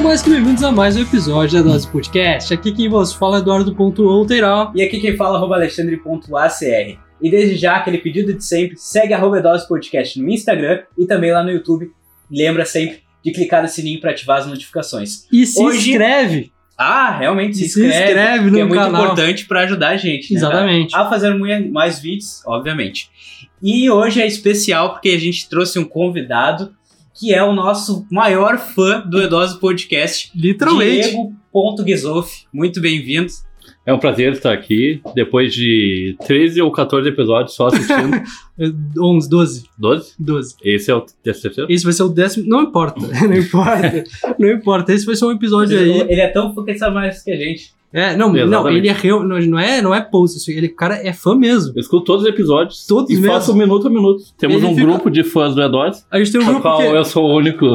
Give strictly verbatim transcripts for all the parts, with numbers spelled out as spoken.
mais que bem-vindos a mais um episódio da Dose Podcast. Aqui quem vos fala é Eduardo.Outeiro. E aqui quem fala é arroba Alexandre.acr. E desde já, aquele pedido de sempre, segue arroba Dose Podcast no Instagram e também lá no YouTube. Lembra sempre de clicar no sininho para ativar as notificações. E se Hoje... inscreve! Ah, realmente se, se inscreve, inscreve no que é muito canal. importante para ajudar a gente, né, exatamente, a fazer mais vídeos, obviamente. E hoje é especial porque a gente trouxe um convidado que é o nosso maior fã do Edose Podcast. Literalmente. Diego.Gizoff. Muito bem-vindo. É um prazer estar aqui, depois de treze ou quatorze episódios só assistindo. onze, doze. doze? doze. Esse é o terceiro? Esse vai ser o décimo. Não importa, não importa. Não importa. Esse vai ser um episódio ele, aí. Ele é tão fã que ele sabe mais que a gente. É, não, não, ele é real, não, não é, não é post, isso, ele, cara, é fã mesmo. Eu escuto todos os episódios todos e mesmo. faço minuto a minuto. Temos ele um fica... grupo de fãs do Edose. A gente tem um grupo qual que... eu sou o único.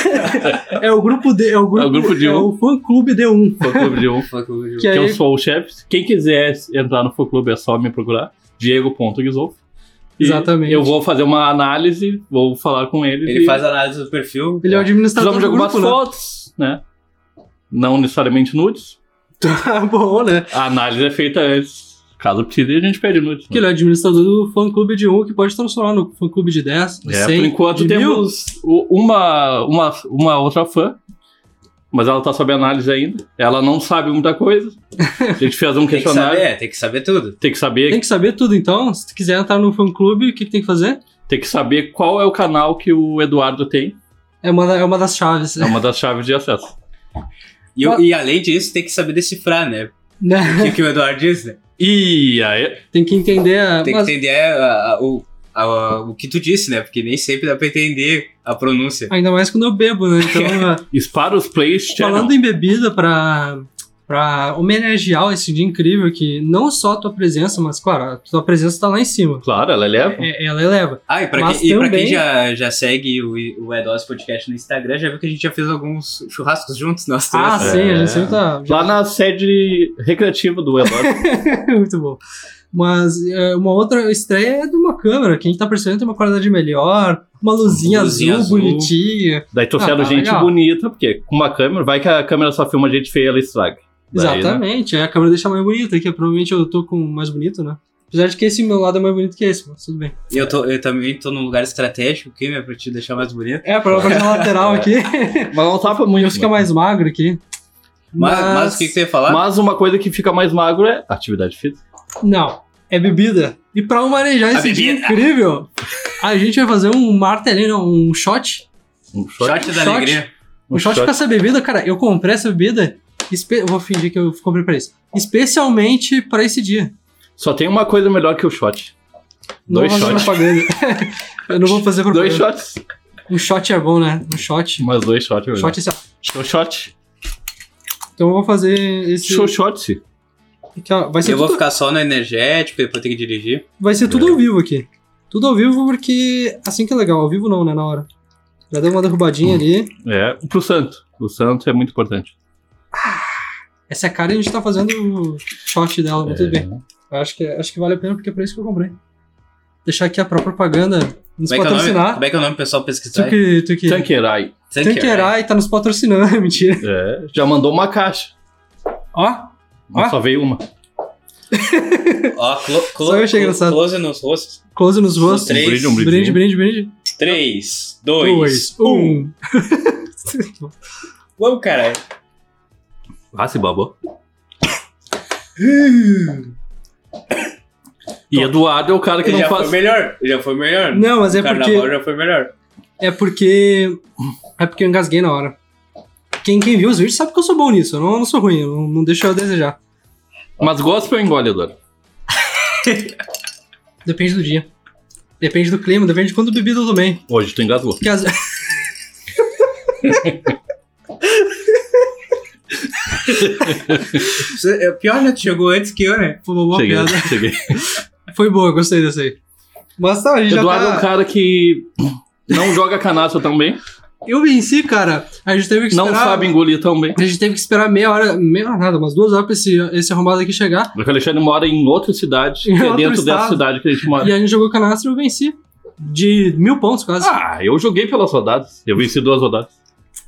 É o grupo de, é o grupo, é o grupo de é um. o fã clube de um. Fã clube de um. que que aí... eu sou o chefe. Quem quiser entrar no fã clube é só me procurar. Diego.Gizoff. Exatamente. Eu vou fazer uma análise, vou falar com ele. Ele e... faz análise do perfil. Ele é o administrador do grupo. Precisamos de algumas fotos, né? Não necessariamente nudes. Tá bom, né? A análise é feita antes. Caso precise, a gente pede nudes. Que ele é administrador do fã-clube de um, que pode transformar no fã-clube de dez, de é, cem, por enquanto de temos mil. Uma, uma, uma outra fã, mas ela tá sob análise ainda. Ela não sabe muita coisa. A gente fez um questionário. Tem que saber, tem que saber tudo. Tem que saber... Tem que saber tudo, então. Se tu quiser entrar no fã-clube, o que, que tem que fazer? Tem que saber qual é o canal que o Eduardo tem. É uma, é uma das chaves. É uma das chaves de acesso. E, eu, e além disso, tem que saber decifrar, né? O que, que o Eduardo diz, né? E aí? Tem que entender a... Tem mas... que entender a, a, o, a, o que tu disse, né? Porque nem sempre dá pra entender a pronúncia. Ainda mais quando eu bebo, né? Então, Dispara os plays. Falando em bebida, pra, pra homenagear esse dia incrível que não só a tua presença, mas, claro, a tua presença tá lá em cima. Claro, ela eleva. É, ela eleva. Ah, e pra, mas quem, também... e pra quem já, já segue o, o Edose Podcast no Instagram, já viu que a gente já fez alguns churrascos juntos. Nós três. Ah, sim, é. a gente sempre tá... Lá na sede recreativa do Edose. Muito bom. Mas é, uma outra estreia é de uma câmera, que a gente tá percebendo tem uma qualidade melhor, uma luzinha, luzinha azul, azul, bonitinha. Daí trouxeram ah, tá gente legal. Bonita, porque com uma câmera, vai que a câmera só filma gente feia, ela estraga. Daí, exatamente, né? A câmera deixa mais bonita, que provavelmente eu tô com mais bonito, né? Apesar de que esse meu lado é mais bonito que esse, mas tudo bem. E eu, tô, eu também tô num lugar estratégico aqui, né? Pra te deixar mais bonito. É, pra fazer na lateral aqui. Mas não tapa muito. Eu fico mais magro aqui. Mas, mas, mas o que, que você ia falar? Mas uma coisa que fica mais magro é atividade física. Não, é bebida. E pra manejar esse dia incrível, a gente vai fazer um martelinho, não, um shot. Um shot, shot da shot. alegria. Um, um shot, shot com essa bebida, cara. Eu comprei essa bebida, espe- eu vou fingir que eu comprei pra isso. Especialmente pra esse dia. Só tem uma coisa melhor que o shot. Não Dois shots. Eu não vou fazer propaganda. Dois shots. Um shot é bom, né? Um shot. Mas dois shots é shot, esse... Show shot. Então eu vou fazer esse... Show shot. Aqui, ó, vai ser eu tudo... vou ficar só no energético, depois ter que dirigir. Vai ser tudo é. ao vivo aqui. Tudo ao vivo porque assim que é legal. Ao vivo não, né? Na hora. Já deu uma derrubadinha hum. ali. É, pro santo. O santo é muito importante. Ah, essa é a cara e a gente tá fazendo o shot dela, mas é. tudo bem. Acho que, acho que vale a pena porque é pra isso que eu comprei. Deixar aqui a própria propaganda nos como patrocinar. É como é que é o nome pessoal pesquisar? Tu que, tu que... Tanqueray. Tanqueray tá nos patrocinando, mentira. É, já mandou uma caixa. Ó. Mas só veio uma. Ó, clo, clo, Só eu achei engraçado. Close nos rostos. Close nos rostos. três, um brinde, um brinde, brinde, brinde. três, dois, um. Vamos, caralho. Ah, se babou. E Eduardo é o cara que ele não já faz... Já foi melhor, já foi melhor. Não, mas é o porque... carnaval já foi melhor. É porque... É porque eu engasguei na hora. Quem, quem viu os vídeos sabe que eu sou bom nisso. Eu não, eu não sou ruim, eu não, não deixo eu desejar. Mas gosta ou engole, Eduardo? Depende do dia. Depende do clima, depende de quanto bebida eu tomei. Hoje tu engasgou. Porque as... É pior, né? Tu chegou antes que eu, né? Foi uma boa cheguei, piada. Cheguei. Foi boa, gostei dessa aí. Mas tá, a gente Eduardo já tá... é um cara que não joga canastra tão bem. Eu venci, cara. A gente teve que esperar... Não sabe engolir tão bem. A gente teve que esperar meia hora, meia hora nada, umas duas horas pra esse, esse arrombado aqui chegar. Porque o Alexandre mora em outra cidade, que é dentro estado. dessa cidade que a gente mora. E a gente jogou canastra e eu venci. De mil pontos, quase. Ah, eu joguei pelas rodadas. Eu venci duas rodadas.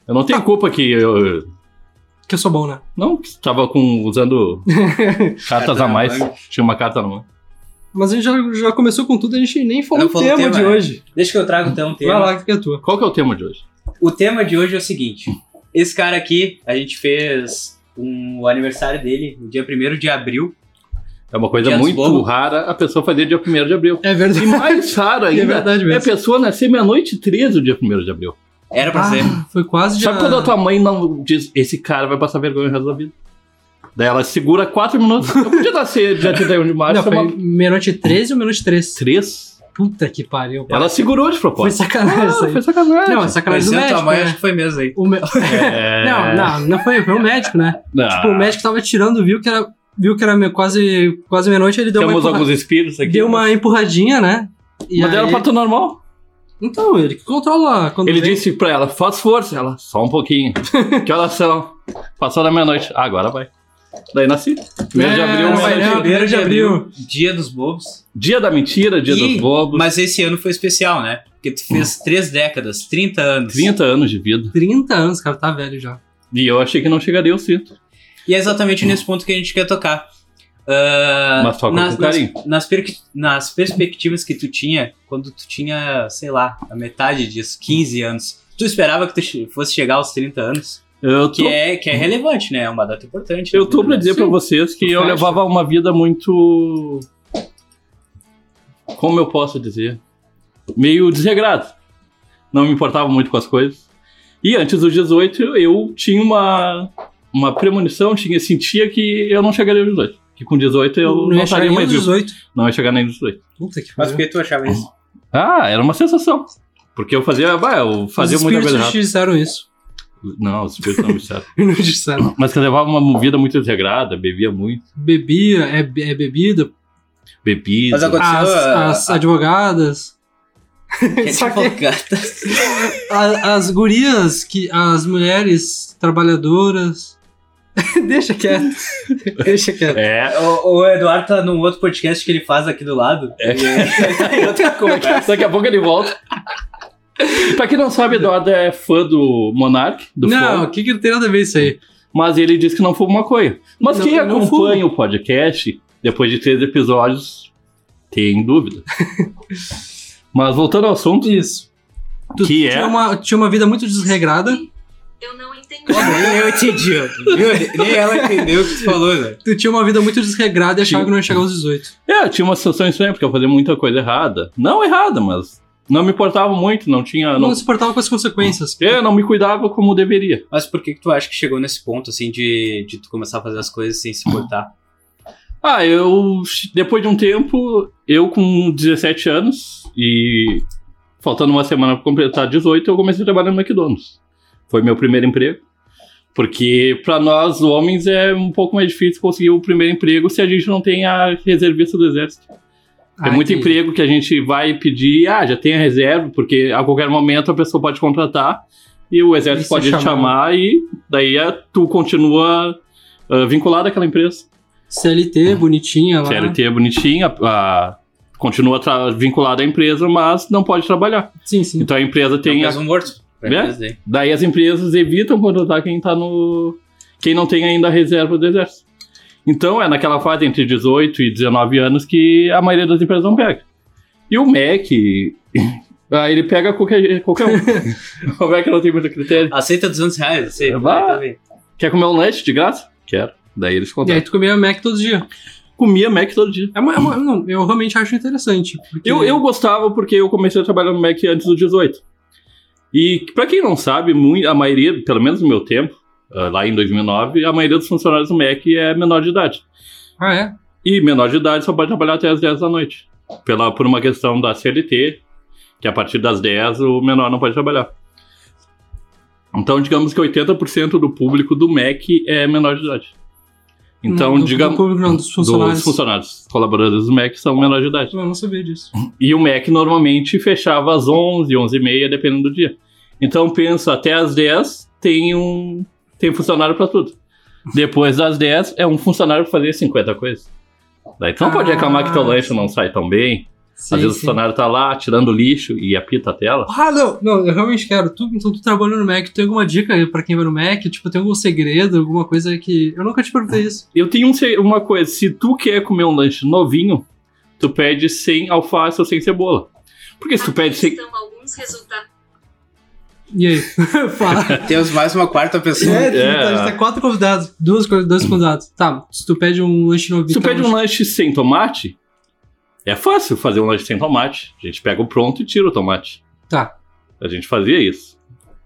Eu não tenho culpa que eu... Que eu sou bom, né? Não, tava com, usando cartas a mais. Tinha uma carta na mão. Mas a gente já, já começou com tudo, a gente nem falou Não o falou tema, tema, de né? hoje. Deixa que eu trago então o tema. Vai lá, que é a tua. Qual que é o tema de hoje? O tema de hoje é o seguinte. Esse cara aqui, a gente fez um, o aniversário dele no dia primeiro de abril. É uma coisa Dia dos muito Lobos. rara a pessoa fazer dia primeiro de abril. É verdade. E mais raro ainda É verdade mesmo. é a pessoa nascer meia-noite e treze o dia primeiro de abril. Era pra ser. Ah, foi quase Sabe já... quando a tua mãe não diz, esse cara vai passar vergonha o resto da vida? Daí ela segura quatro minutos. Eu podia nascer dia trinta e um de março. Não, foi uma... meia-noite treze ou meia-noite três? Três? Puta que pariu. pai. Ela segurou de Foi propósito. sacanagem isso Ah, aí. foi sacanagem. Não, é sacanagem do Conhecendo médico, tua mãe, né? acho que foi mesmo aí. O me- É... Não, não, não foi, foi o médico, né? Não. Tipo, o médico tava tirando, viu que era, viu que era meio- quase, quase meia-noite, ele deu uma, Temos empurra- alguns espíritos aqui. deu uma empurradinha, né? E Mas aí... era parto normal. Então, ele que controla quando Ele vem. disse pra ela, faz força. Ela, só um pouquinho. Que horas são? Passou da meia-noite. Ah, agora vai. Daí nasci. Primeiro de É, abril, não vai meia-noite. não. primeiro de abril. Dia dos Bobos. Dia da mentira, dia E- dos bobos. Mas esse ano foi especial, né? Porque tu fez três décadas, trinta anos. trinta anos de vida. trinta anos, cara, tá velho já. E eu achei que não chegaria ao cinto. E é exatamente nesse ponto que a gente quer tocar. Ah, Mas toca nas, com carinho. nas, nas, per- nas perspectivas que tu tinha, quando tu tinha, sei lá, a metade disso, quinze anos, tu esperava que tu che- fosse chegar aos trinta anos? Eu tô, Que é, que é relevante, né? É uma data importante. eu tô pra dizer Sim. pra vocês que Tu eu fecha. levava uma vida muito... Como eu posso dizer? Meio desregrado. Não me importava muito com as coisas. E antes dos dezoito, eu tinha uma, uma premonição, tinha, sentia que eu não chegaria aos dezoito. Que com dezoito eu não, ia chegar estaria nem mais aos vivo. dezoito. Não ia chegar nem nos dezoito. Puta que Mas pariu. por que tu achava isso? Ah, era uma sensação. Porque eu fazia, bah, eu fazia Os muita coisa espíritos errada. te disseram isso. Não, os espíritos não me disseram. Não disseram. Mas que eu levava uma vida muito desregrada, bebia muito, Bebia, é, é bebida. bebida. Mas agora- As, Aconteceu, as a- a- advogadas. Que Só que advogada. a- as gurias, que, as mulheres trabalhadoras. Deixa quieto. Deixa quieto. É, O, o Eduardo tá num outro podcast que ele faz aqui do lado. É. E- e outra coisa. daqui a pouco ele volta. Pra quem não sabe, Eduardo é fã do Monark, do Não, Flow, o que, que tem nada a ver isso aí? mas ele diz que não fuma maconha. Mas Não, quem eu não acompanha o podcast, depois de três episódios, tem dúvida. Mas voltando ao assunto, Isso. Tu Que é? tinha, uma, tinha uma vida muito desregrada. Eu não entendi. Nem eu entendi. Viu? Nem ela entendeu o que tu falou, né? Tu tinha uma vida muito desregrada e achava que não ia chegar aos dezoito. é, tinha uma situação estranha, porque eu fazia muita coisa errada. Não errada, mas não me importava muito, não tinha... Não, Não, se importava com as consequências. eu não me cuidava como deveria. Mas por que, que tu acha que chegou nesse ponto, assim, de, de tu começar a fazer as coisas sem se importar? Ah, eu... Depois de um tempo, eu com dezessete anos e faltando uma semana pra completar dezoito, eu comecei a trabalhar no McDonald's. Foi meu primeiro emprego. Porque pra nós, homens, é um pouco mais difícil conseguir o primeiro emprego se a gente não tem a reservista do exército. Tem Ah, muito entendi. emprego que a gente vai pedir, ah, já tem a reserva, porque a qualquer momento a pessoa pode contratar e o exército E se pode te chamar. chamar e daí é, tu continua ah, vinculado àquela empresa. C L T, bonitinha lá. C L T é bonitinha, a- continua tra- vinculado à empresa, mas não pode trabalhar. Sim, sim. Então a empresa tem... Tem a- um morto. pra É? empresa daí. daí as empresas evitam contratar quem tá no... quem não tem ainda a reserva do exército. Então é naquela fase entre dezoito e dezenove anos que a maioria das empresas não pega. E o Mac, ah, ele pega qualquer, qualquer um. O Mac não tem muito critério. Aceita duzentos reais, aceita. Vai. Vai, também. Quer comer um lanche de graça? Quero. Daí eles E aí contratam. tu comia Mac todo dia. Comia Mac todo dia. É uma, é uma- não, eu realmente acho interessante. porque- Eu, eu gostava porque eu comecei a trabalhar no Mac antes dos dezoito. E pra quem não sabe, mui- a maioria, pelo menos no meu tempo, ah, lá em dois mil e nove, a maioria dos funcionários do Mac é menor de idade. Ah, é? E menor de idade só pode trabalhar até as dez da noite. Pela, por uma questão da C L T, que a partir das dez o menor não pode trabalhar. Então, digamos que oitenta por cento do público do Mac é menor de idade. Então, Não, do- digamos... do público não, dos funcionários. Dos funcionários. Colaboradores do Mac são menor de idade. Eu não sabia disso. E o Mac normalmente fechava às onze, onze e meia, dependendo do dia. Então, pensa, até às dez tem um tem funcionário pra tudo. Depois das dez é um funcionário pra fazer cinquenta coisas. Daí tu não pode Ah. reclamar que teu lanche não sai tão bem. Sim, Às vezes sim. o funcionário tá lá tirando lixo e apita a tela. Ah, não, não, eu realmente quero. Tu, então tu trabalha no Mac, tem alguma dica pra quem vai no Mac? Tipo, tem algum segredo, alguma coisa que... Eu nunca te perguntei isso. Eu tenho um se- uma coisa, se tu quer comer um lanche novinho, tu pede sem alface ou sem cebola. Porque se tu pede sem... Estão alguns resultados. E aí? Fala. Temos mais uma quarta pessoa. É, É. a gente tem quatro convidados. Duas, co- dois convidados. Tá, se tu pede um lanche novinho... Se tu tá, pede um lanche sem tomate, é fácil fazer um lanche sem tomate. A gente pega o pronto e tira o tomate. Tá. A gente fazia isso.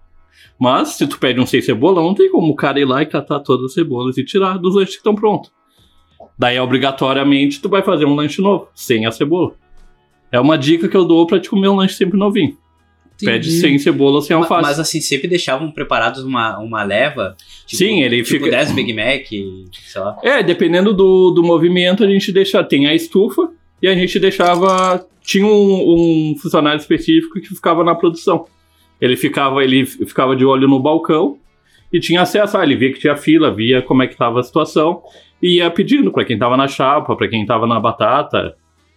Mas, se tu pede um sem cebola, não tem como o cara ir lá e catar todas as cebolas e tirar dos lanches que estão prontos. Daí, obrigatoriamente, tu vai fazer um lanche novo, sem a cebola. É uma dica que eu dou pra te comer um lanche sempre novinho. Pede Entendi. sem cebola ou sem Ma- alface. Mas assim, sempre deixavam preparados uma, uma leva? Tipo, Sim, ele tipo fica- dez Big Mac, sei lá. É, dependendo do, do movimento, a gente deixa. Tem a estufa e a gente deixava. Tinha um, um funcionário específico que ficava na produção. Ele ficava, ele ficava de olho no balcão e tinha acesso. Ah, ele via que tinha fila, via como é que estava a situação e ia pedindo para quem estava na chapa, para quem estava na batata.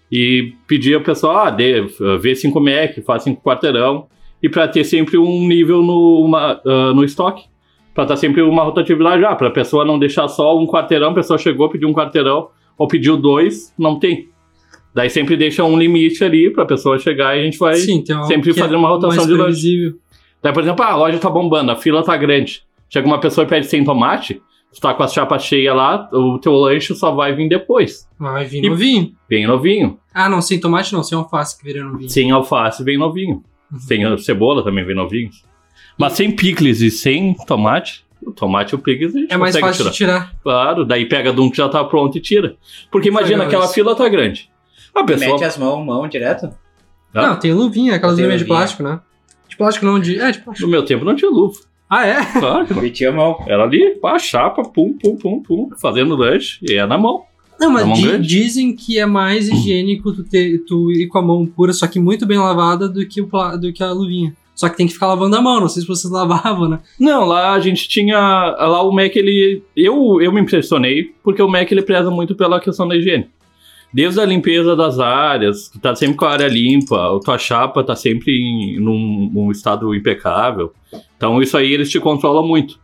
E pedia ao pessoal, ah, dê, vê cinco Mac, faz cinco quarteirão. E para ter sempre um nível no, uma, uh, no estoque. Para estar sempre uma rotatividade já, para a pessoa não deixar só um quarteirão, a pessoa chegou, pediu um quarteirão, ou pediu dois, não tem. Daí sempre deixa um limite ali para a pessoa chegar e a gente vai Sim, tem algo sempre que fazer é uma rotação mais de lanche. previsível. Daí, por exemplo, ah, a loja tá bombando, a fila tá grande. Chega uma pessoa e pede sem tomate, tu tá com a chapa cheia lá, o teu lanche só vai vir depois. Vai vir E- novinho. Vem novinho. Ah, não, sem tomate não, sem alface que viria novinho. Sem alface, vem novinho. Uhum. Sem a cebola também vem novinho. Mas sem picles e sem tomate, o tomate e o picles a gente É mais consegue fácil tirar. de tirar. Claro, daí pega de um que já tá pronto e tira. Porque imagina, Legal aquela isso. fila tá grande. A pessoa... Mete as mãos, mão direto? Ah. Não, tem luvinha, aquelas Tem luvinhas de luvinha. plástico, né? De plástico não, de... É, de plástico. No meu tempo não tinha luva. Ah, é? Claro que não. Metia a mão. Era ali, pá, chapa, pum, pum, pum, pum, fazendo lanche, e é na mão. Não, mas Na mão di- grande? dizem que é mais higiênico tu, ter, tu ir com a mão pura, só que muito bem lavada, do que, o, plá- do que a luvinha. Só que tem que ficar lavando a mão, não sei se vocês lavavam, né? Não, lá a gente tinha. Lá o Mac, ele. Eu, eu me impressionei, porque o Mac ele preza muito pela questão da higiene. Desde a limpeza das áreas, que tá sempre com a área limpa, a tua chapa tá sempre em num, num estado impecável. Então isso aí eles te controlam muito.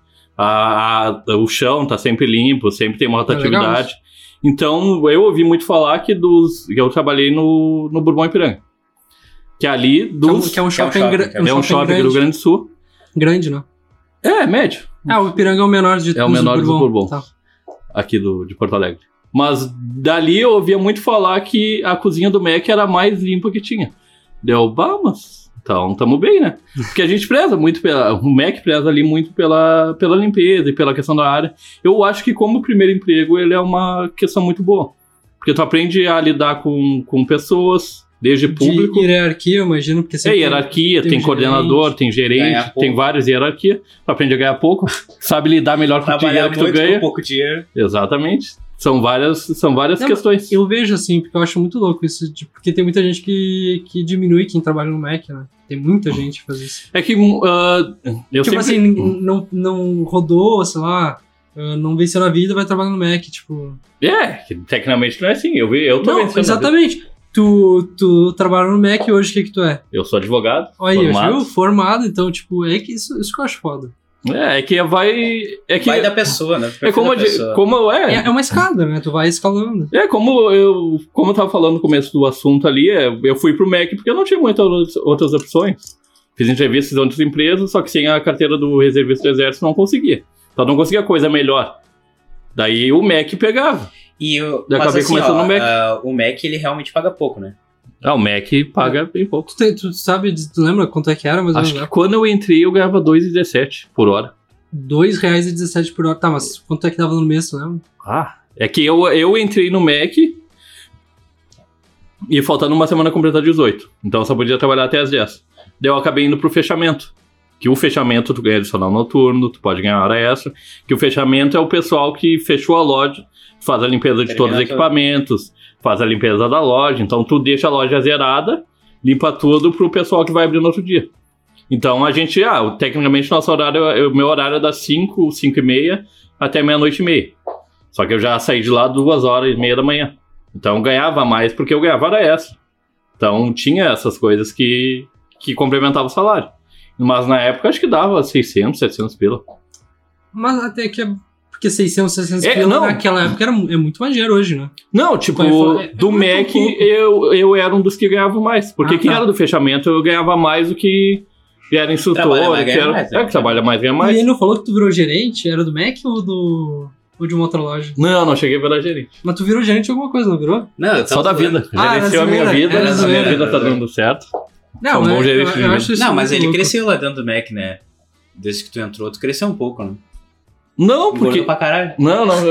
A, a- o chão tá sempre limpo, sempre tem uma rotatividade. Então eu ouvi muito falar que dos. Que eu trabalhei no, no Bourbon Ipiranga. Que ali Que é um, dos. que é um shopping, shopping, gra- que é é um shopping aqui do grande. Rio Grande do Sul. Grande, né? É, médio. Ah, o Ipiranga é o menor de É o dos menor dos Bourbon. Tá. Aqui do, de Porto Alegre. Mas dali eu ouvia muito falar que a cozinha do Mac era a mais limpa que tinha. Deu, bah, mas então tamo bem, né? Porque a gente preza muito pela. O Mac preza ali muito pela, pela limpeza e pela questão da área. Eu acho que, como primeiro emprego, ele é uma questão muito boa. Porque tu aprende a lidar com, com pessoas, desde público. De hierarquia, eu imagino, porque É sempre hierarquia, tem tem, um coordenador, gerente, tem gerente, ganhar pouco. tem várias hierarquias. Tu aprende a ganhar pouco, sabe lidar melhor com o Trabalhar dinheiro que tu muito ganha. com pouco dinheiro. Exatamente. São várias, são várias Não, questões. Eu vejo assim, porque eu acho muito louco isso, de- porque tem muita gente que, que diminui quem trabalha no Mac, né? Tem muita gente que faz isso. É que uh, eu tipo sempre... assim, não, não rodou, sei lá, uh, não venceu na vida, vai trabalhar no Mac, tipo... É, que tecnicamente não é assim. Eu, vi, eu tô Não, vencendo. exatamente. Tu, tu trabalha no Mac e hoje o que que tu é? Eu sou advogado, Olha aí, formado. viu? Formado, então, tipo, é que isso, isso que eu acho foda. É, é que vai... É que Vai da pessoa, né? é como, da de- pessoa. como É, é... é uma escada, né? Tu vai escalando. É, como eu, como eu tava falando no começo do assunto ali, é, eu fui pro Mac porque eu não tinha muitas outras- outras opções. Fiz entrevistas em outras empresas, só que sem a carteira do reservista do Exército não conseguia. Então não conseguia coisa melhor. Daí o Mac pegava. E eu, Eu mas acabei assim, começando ó, no Mac. ah, o Mac, ele realmente paga pouco, né? Ah, o Mac paga bem pouco. Tu, tem- tu sabe, tu lembra quanto é que era, mas Acho que quando eu entrei eu ganhava dois reais e dezessete por hora. dois reais e dezessete por hora. Tá, mas quanto é que dava no mês, tu lembra? Ah, é que eu, eu entrei no Mac e faltando uma semana completar dezoito. Então eu só podia trabalhar até as dez. Daí eu acabei indo pro fechamento. Que o fechamento tu ganha adicional noturno, tu pode ganhar hora extra. Que o fechamento é o pessoal que fechou a loja, faz a limpeza de Termina todos os tudo. equipamentos, faz a limpeza da loja. Então tu deixa a loja zerada, limpa tudo pro pessoal que vai abrir no outro dia. Então a gente, ah, tecnicamente nosso horário, o meu horário é das cinco, cinco e meia até meia-noite e meia. Só que eu já saí de lá duas horas e meia da manhã. Então eu ganhava mais porque eu ganhava hora extra. Então tinha essas coisas que, que complementavam o salário. Mas na época acho que dava seiscentos, setecentos pila. Mas até que é... Porque seiscentos, setecentos É, pila não. naquela época era, é muito mais dinheiro hoje, né? Não, tipo, Vai falar, é- do é muito Mac pouco. eu, eu era um dos que ganhava mais. Porque Ah, quem tá. era do fechamento eu ganhava mais do que era instrutor. Trabalha mais, que ganha era, mais, né? é, que trabalha mais, ganha mais. E ele não falou que tu virou gerente? Era do Mac ou do... ou de uma outra loja? Não, não cheguei pela gerente. Mas tu virou gerente de alguma coisa, não virou? Não, eu Só tava da vida. Ah, era Gerenciou a minha zoeira, vida, era a minha zoeira. vida tá dando certo. Não, um bom eu- gerente eu, de eu vida. acho isso Não, mas muito ele louco. cresceu lá dentro do Mac, né? Desde que tu entrou, tu cresceu um pouco, né? Não, Engordou porque... pra caralho. Não, não.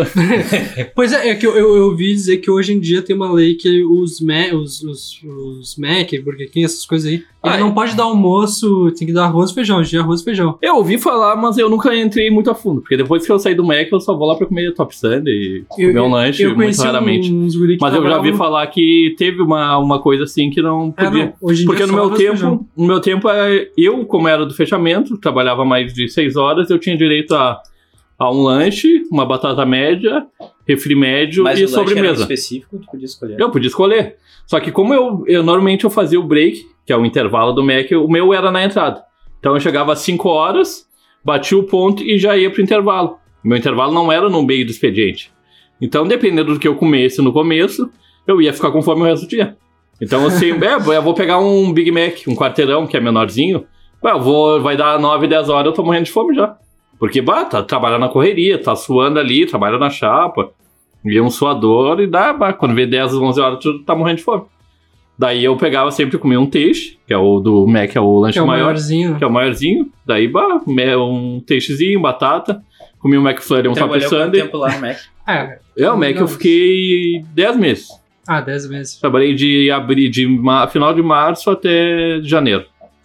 Pois é, é que eu, eu, eu ouvi dizer que hoje em dia tem uma lei que os, Ma, os, os, os Mac, Burger King, essas coisas aí, ele Ah, não é. pode dar almoço, tem que dar arroz e feijão, de arroz e feijão. Eu ouvi falar, mas eu nunca entrei muito a fundo. Porque depois que eu saí do Mac, eu só vou lá pra comer top sundae e Eu- comer um lanche, eu muito conheci raramente. uns guri que Mas eu já ouvi trabalhavam- falar que teve uma, uma coisa assim que não É, podia. não, hoje em Porque dia no só meu arroz e feijão. tempo, no meu tempo, é, eu, como era do fechamento, trabalhava mais de seis horas, eu tinha direito a, a um lanche, uma batata média, refri médio Mas e o lanche era sobremesa. específico, tu podia escolher. Eu podia escolher. Só que como eu, eu normalmente eu fazia o break, que é o intervalo do Mac, o meu era na entrada. Então eu chegava às cinco horas, batia o ponto e já ia pro intervalo. O meu intervalo não era no meio do expediente. Então, dependendo do que eu comesse no começo, eu ia ficar com fome o resto do dia. Então, assim, é, eu vou pegar um Big Mac, um quarteirão, que é menorzinho, bah, eu vou, vai dar nove, dez horas, eu tô morrendo de fome já. Porque, bah, tá trabalhando na correria, tá suando ali, trabalha na chapa, e um suador, e dá, bah, quando vê dez, onze horas, tu tá morrendo de fome. Daí eu pegava sempre e comia um peixe, que é o do Mac, é o lanche Que é o maior, maiorzinho. que é o maiorzinho. Daí, bah, me- um peixezinho, batata, comia um McFlurry, um top Trabalhou quanto sundae. tempo lá no Mac? É, É, o Mac eu fiquei dez meses. ah, dez meses. Trabalhei de abril, de ma- final de março até janeiro.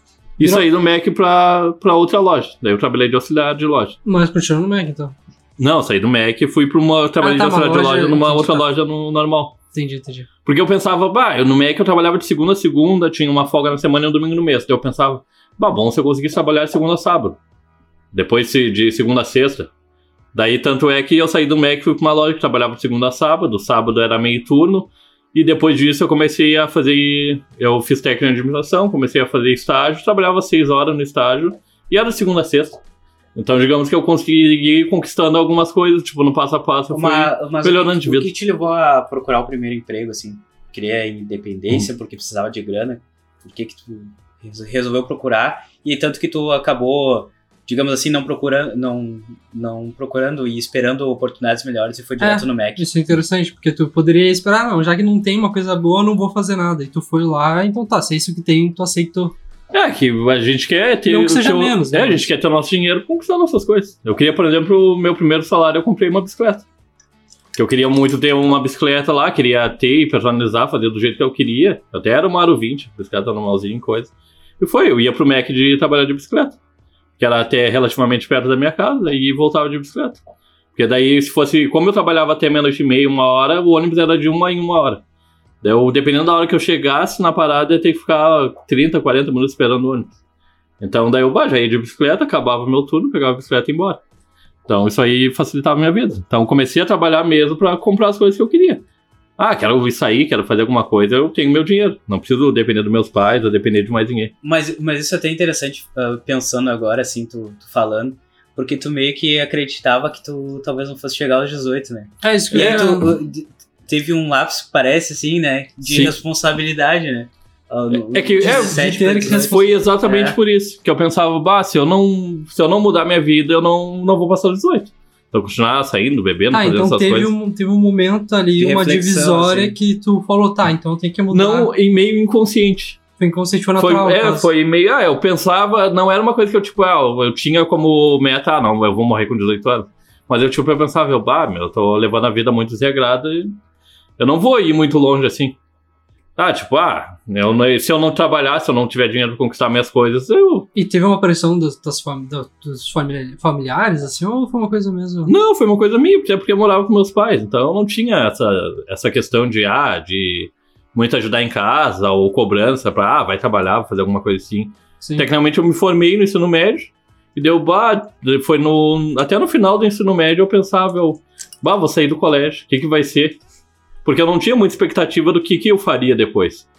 E E não- saí do Mac pra, pra outra loja. Daí eu trabalhei de auxiliar de loja. Mas continua no Mac, então. Não, saí do Mac e fui pra uma. Trabalhei tá, de auxiliar uma de loja- loja numa entendi, outra tá. loja no normal. Entendi, entendi. Porque eu pensava, bah, eu no Mac eu trabalhava de segunda a segunda, tinha uma folga na semana e um domingo no mês. Daí eu pensava, bah, bom se eu conseguisse trabalhar de segunda a sábado. Depois se- de segunda a sexta. Daí tanto é que eu saí do Mac e fui pra uma loja que trabalhava de segunda a sábado. Sábado era meio turno. E depois disso eu comecei a fazer. Eu fiz técnica de administração, comecei a fazer estágio, trabalhava seis horas no estágio e era de segunda a sexta. Então, digamos que eu consegui ir conquistando algumas coisas, tipo, no passo a passo eu fui Uma, mas melhorando o, de que, o vida. que te levou a procurar o primeiro emprego, assim? Queria independência porque precisava de grana? Por que que tu reso- resolveu procurar? E tanto que tu acabou, digamos assim, não procurando, não, não procurando e esperando oportunidades melhores e foi direto É. no Mac. Isso é interessante, porque tu poderia esperar, não, já que não tem uma coisa boa, eu não vou fazer nada. E tu foi lá, então tá, se é isso que tem, tu aceitou. É, que a gente quer ter. Não que o seja seu- menos, né? É, a gente quer ter o nosso dinheiro pra conquistar nossas coisas. Eu queria, por exemplo, o meu primeiro salário, eu comprei uma bicicleta. Que eu queria muito ter uma bicicleta lá, queria ter e personalizar, fazer do jeito que eu queria. Até era uma Aro vinte, bicicleta normalzinha, coisa. E foi, eu ia pro Mac de trabalhar de bicicleta. Que era até relativamente perto da minha casa, e voltava de bicicleta. Porque daí, se fosse, como eu trabalhava até meia-noite e meia, uma hora, o ônibus era de uma em uma hora. Daí, eu, dependendo da hora que eu chegasse na parada, eu ia ter que ficar trinta, quarenta minutos esperando o ônibus. Então, daí eu bah, já ia de bicicleta, acabava o meu turno, pegava a bicicleta e ia embora. Então, isso aí facilitava a minha vida. Então, comecei a trabalhar mesmo pra comprar as coisas que eu queria. Ah, quero sair, quero fazer alguma coisa, eu tenho meu dinheiro. Não preciso depender dos meus pais ou depender de mais ninguém. Mas, mas isso é até interessante, uh, pensando agora, assim, tu, tu falando, porque tu meio que acreditava que tu talvez não fosse chegar aos dezoito, né? É isso que E eu aí ia... tu uh, d- teve um lapso, parece, assim, né? De Sim. responsabilidade, né? Uh, no- É que- é, dezessete de ter pra que dezoito. Foi exatamente É. por isso que eu pensava, bah, se eu não, se eu não mudar minha vida, eu não, não vou passar dos dezoito. Então, continuar saindo, bebendo, Ah, fazendo então essas teve coisas. um, teve um momento ali, De uma reflexão, divisória assim. que tu falou, tá, então tem que mudar. Não, em meio inconsciente. Foi inconsciente, foi Foi, natural. no é, caso. foi meio. Ah, eu pensava, não era uma coisa que eu, tipo, ah, eu tinha como meta, ah, não, eu vou morrer com dezoito anos. Mas eu, tipo, eu pensava, eu, bah, meu, eu tô levando a vida muito desregrada e eu não vou ir muito longe assim. Ah, tipo, ah, eu não- se eu não trabalhar, se eu não tiver dinheiro pra conquistar minhas coisas, eu. E teve uma aparição das, das fami- da- dos famili- familiares, assim, ou foi uma coisa mesmo? Não, foi uma coisa minha, até porque eu morava com meus pais, então eu não tinha essa, essa questão de, ah, de muito ajudar em casa ou cobrança pra, ah, vai trabalhar, vai fazer alguma coisa assim. Sim. Tecnicamente eu me formei no ensino médio e deu, bah, foi no, até no final do ensino médio eu pensava, eu, bah, vou sair do colégio, o que que vai ser? Porque eu não tinha muita expectativa do que que eu faria depois.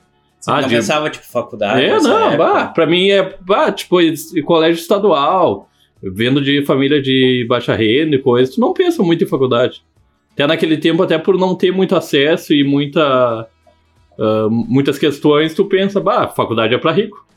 Você Ah, não de- pensava, tipo, faculdade? É, nessa não, época? bah, pra mim é, bah, tipo, es- colégio estadual, vendo de família de baixa renda e coisa, tu não pensa muito em faculdade. Até naquele tempo, até por não ter muito acesso e muita, ah, muitas questões, tu pensa, bah, faculdade é pra rico.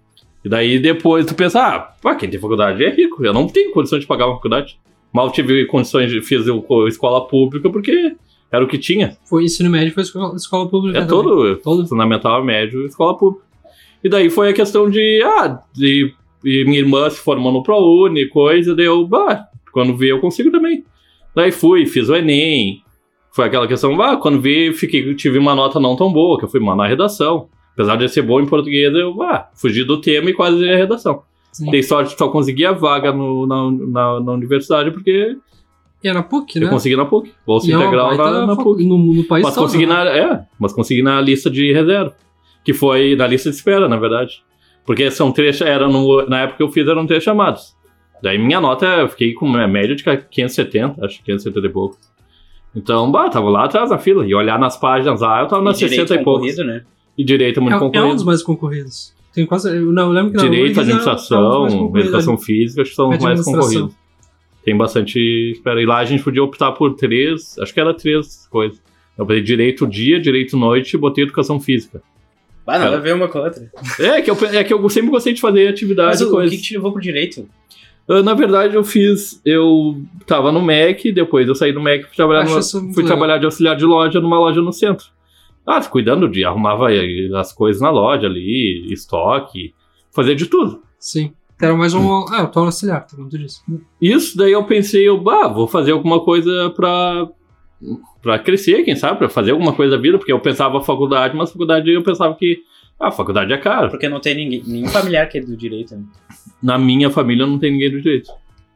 E daí depois tu pensa, ah, pá, quem tem faculdade é rico, eu não tenho condição de pagar uma faculdade. Mal tive condições de fazer o- escola pública porque era o que tinha. Foi ensino médio, foi escola, escola pública É também. todo, Todo. fundamental, médio, escola pública. E daí foi a questão de, ah, de, e minha irmã se formou no ProUni, coisa, daí eu, bah, quando vi eu consigo também. Daí fui, fiz o Enem, foi aquela questão, bah, quando vi, fiquei, tive uma nota não tão boa, que eu fui mal na redação. Apesar de ser bom em português, eu, bah, fugi do tema e quase a redação. Sim. Dei sorte de só conseguir a vaga no, na, na, na universidade, porque E era PUC, eu né? consegui na PUC, bolsa E é uma integral baita na, na fa- PUC. No, no país Mas todo, consegui, né? na, é, mas consegui na lista de reserva. Que foi na lista de espera, na verdade. Porque são três, era no, na época que eu fiz eram três chamados. Daí minha nota, eu fiquei com uma média de quinhentos e setenta, acho que quinhentos e setenta e pouco. Então, bah, tava lá atrás na fila. E olhar nas páginas, ah, eu tava nas E direito sessenta e poucos. concorrido, né? E direito é muito É, é um concorrido. dos mais concorridos. Tem quase. Eu não eu lembro que na Direito, U F R J era- era um dos mais administração, concorridos. educação física, acho que são os mais Administração. concorridos. Tem bastante espera. E lá a gente podia optar por três, acho que era três coisas. Eu botei direito dia, direito noite e botei educação física. Ah, nada Cara. a ver uma com a outra. É que, eu, é que eu sempre gostei de fazer atividade Mas e o, o coisa. que, que te levou pro direito? Ah, Na verdade, eu fiz. Eu tava no M E C, depois eu saí do M E C e fui trabalhar, Acho numa- isso muito fui legal. trabalhar de auxiliar de loja numa loja no centro. Ah, cuidando de. Arrumava as coisas na loja ali, estoque, fazia de tudo. Sim. Era mais um. Ah, eu tô auxiliar, como tu disse. Isso, daí eu pensei, eu, bah, vou fazer alguma coisa pra, pra crescer, quem sabe, pra fazer alguma coisa da vida, porque eu pensava faculdade, mas faculdade eu pensava que. Ah, faculdade é caro. Porque não tem ninguém, nenhum familiar que é do direito, né? Na minha família não tem ninguém do direito.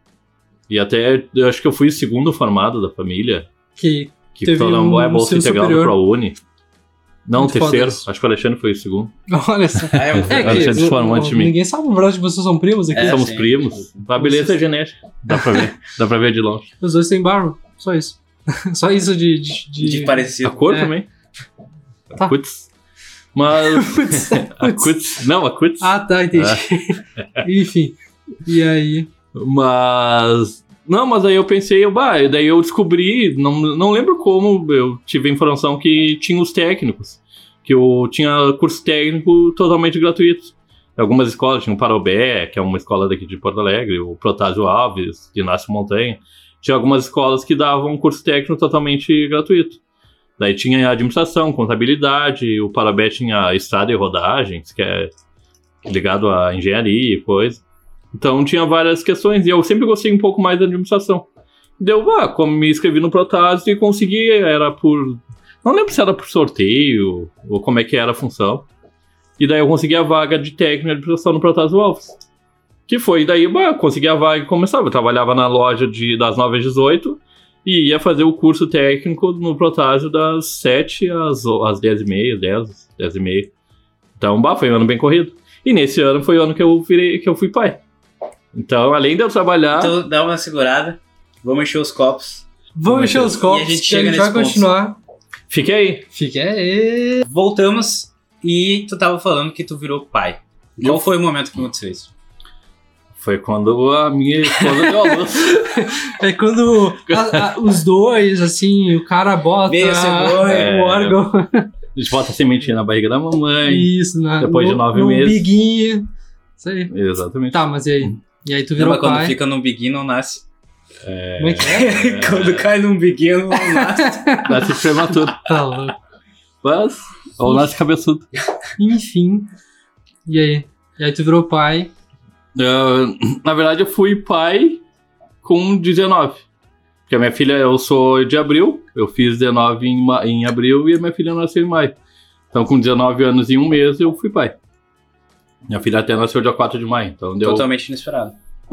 E até, eu acho que eu fui o segundo formado da família, Que que Teve foi um na é bolsa ensino integral do superior. ProUni. Não, o Muito terceiro. foda isso. Acho que o Alexandre foi o segundo. Olha só. Ah, é um É Alexandre que se formou antes de mim. ninguém sabe, na verdade, vocês são primos aqui. É, Somos sim. primos. A beleza é genética. Dá pra ver. Dá pra ver de longe. Os dois têm barba. Só isso. Só isso de. de, de... de parecido. A cor É. também. Tá. A cutis. Mas. Putz, A putz. cutis. Não, a cutis. Ah, tá, entendi. Enfim. E aí. Mas. Não, mas aí eu pensei, eu, bah, e daí eu descobri, não, não lembro como, eu tive a informação que tinha os técnicos, que eu tinha curso técnico totalmente gratuito. Algumas escolas tinham o Parobé, que é uma escola daqui de Porto Alegre, o Protásio Alves, de Inácio Montanha. Tinha algumas escolas que davam curso técnico totalmente gratuito. Daí tinha administração, contabilidade, o Parobé tinha estrada e rodagens, que é ligado à engenharia e coisa. Então tinha várias questões e eu sempre gostei um pouco mais da administração. Deu, ah, como me inscrevi no Protásio e consegui, era por... Não lembro se era por sorteio ou como é que era a função. E daí eu consegui a vaga de técnico de administração no Protásio Alves. Que foi, daí bah, consegui a vaga e começava. Eu trabalhava na loja de, das nove às dezoito e ia fazer o curso técnico no Protásio das sete às, às dez e meia, dez, dez e meia. Então, bah, foi um ano bem corrido. E nesse ano foi o ano que eu, virei, que eu fui pai. Então, além de eu trabalhar... Então dá uma segurada. Vamos encher os copos. Vamos encher os copos. E a gente que chega a gente vai nesse ponto. continuar. Fique aí. Fique aí. Voltamos e tu tava falando que tu virou pai. Qual foi o momento que aconteceu isso? Foi quando a minha esposa deu a luz. É quando a- a- os dois, assim, o cara bota Meio cebola, é. o órgão. A gente bota a sementinha na barriga da mamãe. Isso, na, Depois no, de nove no meses. biguinho. Isso aí. Exatamente. Tá, mas e aí? E aí tu Não, virou mas quando pai. fica num biguinho não nasce. Como é que é? Quando cai num biguinho não nasce. Nasce prematuro. Tá louco. Mas, ou nasce cabeçudo. Enfim. E aí? E aí tu virou pai. Uh, na verdade, eu fui pai com dezenove. Porque a minha filha, eu sou de abril. Eu fiz dezenove em, ma- em abril e a minha filha nasceu em maio. Então, com dezenove anos e um mês, eu fui pai. Minha filha até nasceu dia quatro de maio. Então, deu... Totalmente inesperado.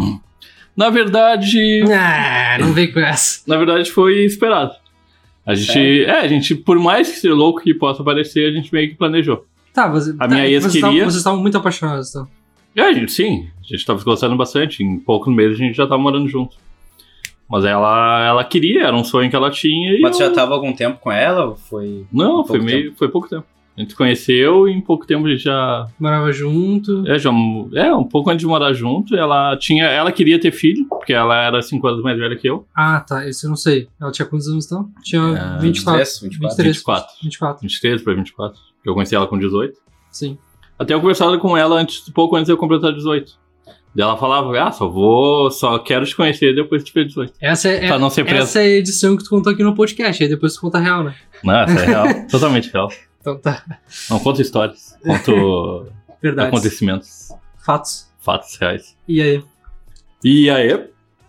Na verdade... Ah, não vem com essa. Na verdade, foi esperado. A gente, Sério? é, a gente, por mais que seja louco que possa parecer, a gente meio que planejou. Tá, você, A tá, minha ex vocês queria- tavam- Vocês estavam muito apaixonados, então. É, a gente, sim, a gente tava se gostando bastante. Em poucos meses a gente já tava morando junto. Mas ela, ela queria, era um sonho que ela tinha. E Mas tu eu... já tava há algum tempo com ela? Ou foi. Não, há foi pouco meio, foi pouco tempo. A gente se conheceu e em pouco tempo a gente já... Morava junto. É, já, é, um pouco antes de morar junto, ela tinha... Ela queria ter filho, porque ela era cinco anos mais velha que eu. Ah, tá. Isso eu não sei. Ela tinha quantos anos então? Tinha É, vinte e quatro. vinte e três, vinte e três. vinte e quatro. vinte e quatro. vinte e três pra vinte e quatro. Eu conheci ela com dezoito. Sim. Até eu conversava com ela antes, pouco antes de eu completar dezoito. Daí ela falava, ah, só vou... Só quero te conhecer depois que tiver dezoito. Essa é, Pra não ser preso. essa é a edição que tu contou aqui no podcast. Aí depois tu conta a real, né? Não, essa é real. Totalmente real. Então tá. Não conto histórias. Conto Verdade. acontecimentos. Fatos. Fatos reais. E aí? E aí...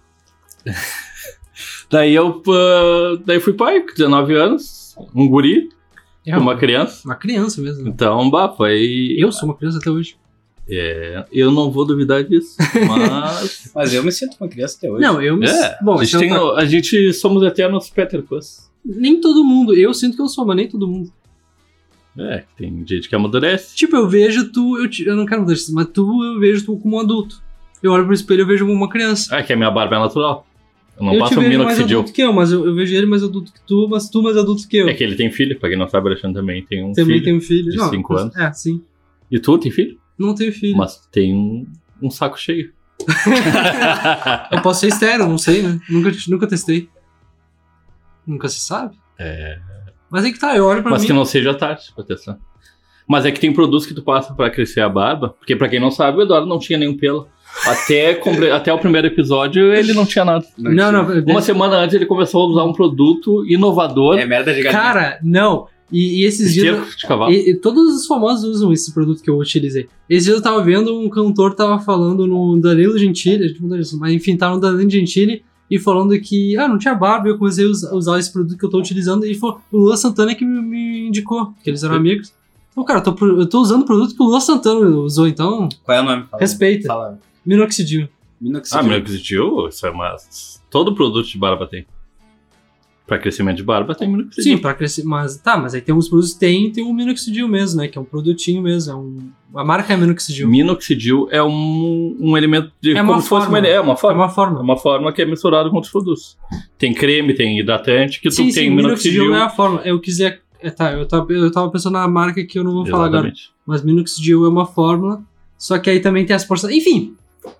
daí eu... Uh, daí fui pai, com dezenove anos. Um guri. É Uma criança. Uma criança mesmo. Então, bah, foi... Eu sou uma criança até hoje. É, eu não vou duvidar disso, mas... Mas eu me sinto uma criança até hoje. Não, eu me... É, Bom, a, gente esse é tem, outra- a gente somos eternos Peter Puss. Nem todo mundo. Eu sinto que eu sou, mas nem todo mundo. É, tem gente que amadurece. Tipo, eu vejo tu... Eu, te- eu não quero mudar isso, mas tu, eu vejo tu como um adulto. Eu olho pro espelho e eu vejo como uma criança. Ah, que a minha barba é natural. Eu não eu passo te o vejo mais minoxidil. adulto que eu, mas eu, eu vejo ele mais adulto que tu, mas tu mais adulto que eu. É que ele tem filho, pra quem não sabe, o Alexandre também tem um Também filho. tem um filho. de Não, cinco anos. É, sim. E tu tem filho? Não tenho filho. Mas tem um, um saco cheio. Eu posso ser estéreo, não sei, né? Nunca, nunca testei. Nunca se sabe. É... Mas é que tá, eu olho pra Mas mim... que não seja tarde pra testar. Mas é que tem produtos que tu passa pra crescer a barba, porque pra quem não sabe, o Eduardo não tinha nenhum pelo. Até, compre- até o primeiro episódio ele não tinha nada. Não, não. Uma semana antes ele começou a usar um produto inovador. É merda de galinha. Cara, não. E, e esses dias... Esterco de cavalo. E, e todos os famosos usam esse produto que eu utilizei. Esses dias eu tava vendo um cantor tava falando no Danilo Gentili, a gente mudou isso, mas enfim, tava no Danilo Gentili e falando que, ah, não tinha barba, e eu comecei a usar, usar esse produto que eu tô utilizando, e ele falou, o Lua Santana que me, me indicou, que eles eram Sim. amigos. Então, cara, eu tô, pro- eu tô usando o produto que o Lua Santana usou, então, Qual é o nome? Fala. respeita. Fala. Minoxidil. Minoxidil. Ah, minoxidil, isso é uma... Todo produto de barba tem. Pra crescimento de barba tem minoxidil. Sim, pra crescer, mas tá, mas aí tem uns produtos que tem, tem o Minoxidil mesmo, né, que é um produtinho mesmo, é um, a marca é Minoxidil. Minoxidil é um, um elemento de... É como uma se fosse forma. uma... É uma É forma. uma É forma. uma forma que é misturada com outros produtos. Tem creme, tem hidratante, que tu Sim, tem sim, minoxidil. Minoxidil é a forma. Eu quiser. É, tá, eu tava, eu tava pensando na marca que eu não vou falar agora. Exatamente. Mas Minoxidil é uma fórmula. Só que aí também tem as porções. Enfim.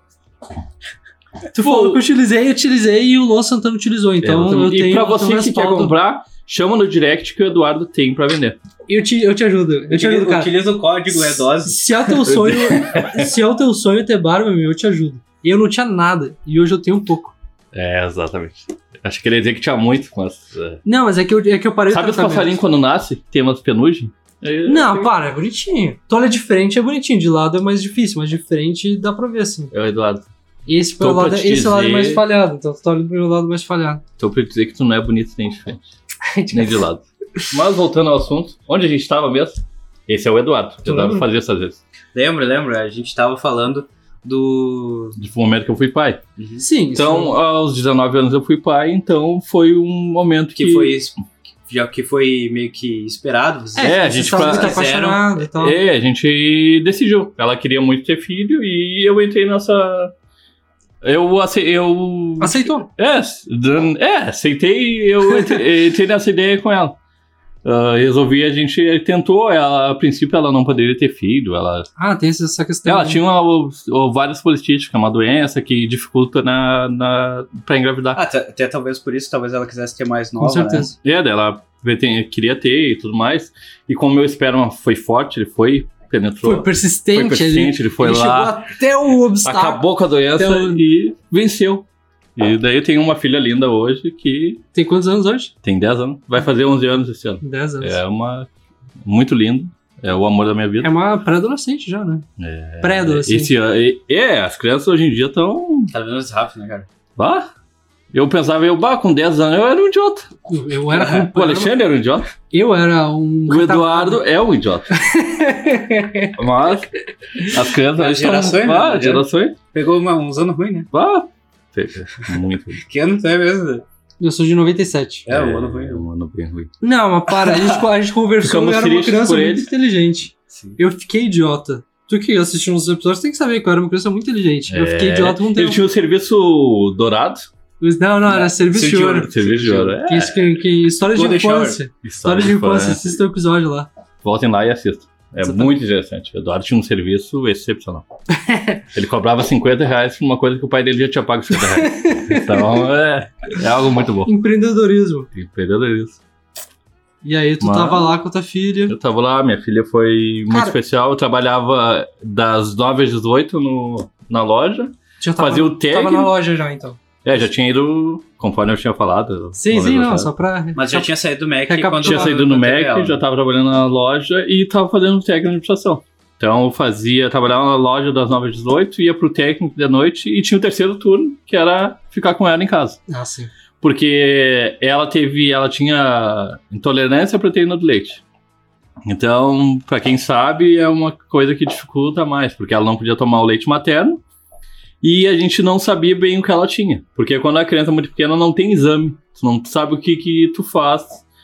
Tu falou que eu utilizei, eu utilizei e o Luan Santana utilizou. Então eu Exatamente. tenho. E pra eu tenho você que quer respaldo. comprar, chama no direct que o Eduardo tem pra vender. Eu te, eu te ajudo. Eu te ajudo, cara. Utiliza o código, é dose. Se é o teu sonho. se é o teu sonho ter barba, meu, eu te ajudo. Eu não tinha nada. E hoje eu tenho um pouco. É, exatamente. Acho que ele ia dizer que tinha muito, mas... é. Não, mas é que eu, é que eu parei o Sabe os tratamento. passarinhos quando nasce? Tem umas penugem? É, Não, tem- para, é bonitinho. Tu olha de frente é bonitinho, de lado é mais difícil, mas de frente dá pra ver assim. É o Eduardo. Esse, pelo Tô pra lado, te esse lado é dizer- mais falhado, então tu tá olhando pelo lado mais falhado. Tô pra dizer que tu não é bonito nem de frente, nem de lado. Mas voltando ao assunto, onde a gente tava mesmo? Esse é o Eduardo. Tu Eu dava lembra? fazer essas vezes. Lembra, lembra? A gente tava falando do... De momento que eu fui pai. Sim, Então, isso- aos dezenove anos eu fui pai, então foi um momento que... Que foi... Já que foi meio que esperado. Vocês É, a você gente tava fa- muito fizeram- apaixonado e tal. É, a gente decidiu. Ela queria muito ter filho e eu entrei nessa... Eu... ace- eu... Aceitou. É, dan- é, aceitei, eu entrei, entrei nessa ideia com ela. Ah, resolvi, a gente tentou, ela, a princípio ela não poderia ter filho, ela, Ah, tem essa questão. ela tinha uma, uma, várias policísticas, uma doença que dificulta na, na, pra engravidar. Ah, até, até talvez por isso, talvez ela quisesse ter mais Com nova, certeza. É, daí ela tem- queria ter e tudo mais, e como meu esperma foi forte, ele foi, penetrou, Foi persistente, foi persistente, ele foi ele lá, chegou até o obstáculo. acabou com a doença Até o- e venceu. E daí eu tenho uma filha linda hoje que Tem quantos anos hoje? tem dez anos, vai fazer onze anos esse ano. dez anos. É uma. Muito lindo. É o amor da minha vida. É uma pré-adolescente já, né? É, Pré-adolescente. Esse ano. É, as crianças hoje em dia estão. né? Tá vendo mais rápido, né, cara? Bah! Eu pensava, eu, bah, com dez anos eu era um idiota. Eu, eu era. O Alexandre era um idiota. Eu era um. O Eduardo é um idiota. Mas as crianças. As estão- gerações, né? Ah, gerações. Pegou uma, uns anos ruins, né? Bah! Muito. Que ano tu é mesmo? Eu sou de noventa e sete. É, um ano ruim. É um ano bem ruim. Não, mas para, a gente, a gente conversou, Ficamos eu era uma tristes criança por muito ele. inteligente. Sim. Eu fiquei idiota. Tu que assistiu uns episódios tem que saber que eu era uma criança muito inteligente. Eu fiquei É, idiota com um Ele tempo. tinha o serviço dourado. Não, não, era serviço de Serviço de ouro. ouro. Serviço de ouro. É. Que, isso que, que história de Golden infância. História de infância, assista o episódio lá. voltem lá e assistam. É Exatamente. muito interessante. O Eduardo tinha um serviço excepcional. Ele cobrava cinquenta reais por uma coisa que o pai dele já tinha pago cinquenta reais. Então é, é algo muito bom. Empreendedorismo. Empreendedorismo. E aí tu Mas- tava lá com a tua filha. Eu tava lá, minha filha foi muito Cara- especial. Eu trabalhava das nove às dezoito no, na loja. Já tava, Fazia o tag. Tava na loja já, então. É, já tinha ido, conforme eu tinha falado. Sim, no sim, não, aniversário. só pra... Mas já tinha saído do Mac Recapitula- quando Tinha saído no na T V Mac, L. já tava trabalhando na loja e tava fazendo técnico de administração. Então eu fazia, trabalhava na loja das nove às dezoito, ia pro técnico de noite e tinha o terceiro turno, que era ficar com ela em casa. Ah, sim. Porque ela teve, ela tinha intolerância à proteína do leite. Então, pra quem sabe, é uma coisa que dificulta mais, porque ela não podia tomar o leite materno e a gente não sabia bem o que ela tinha. Porque quando a criança é muito pequena, não tem exame. Tu não sabe o que que tu faz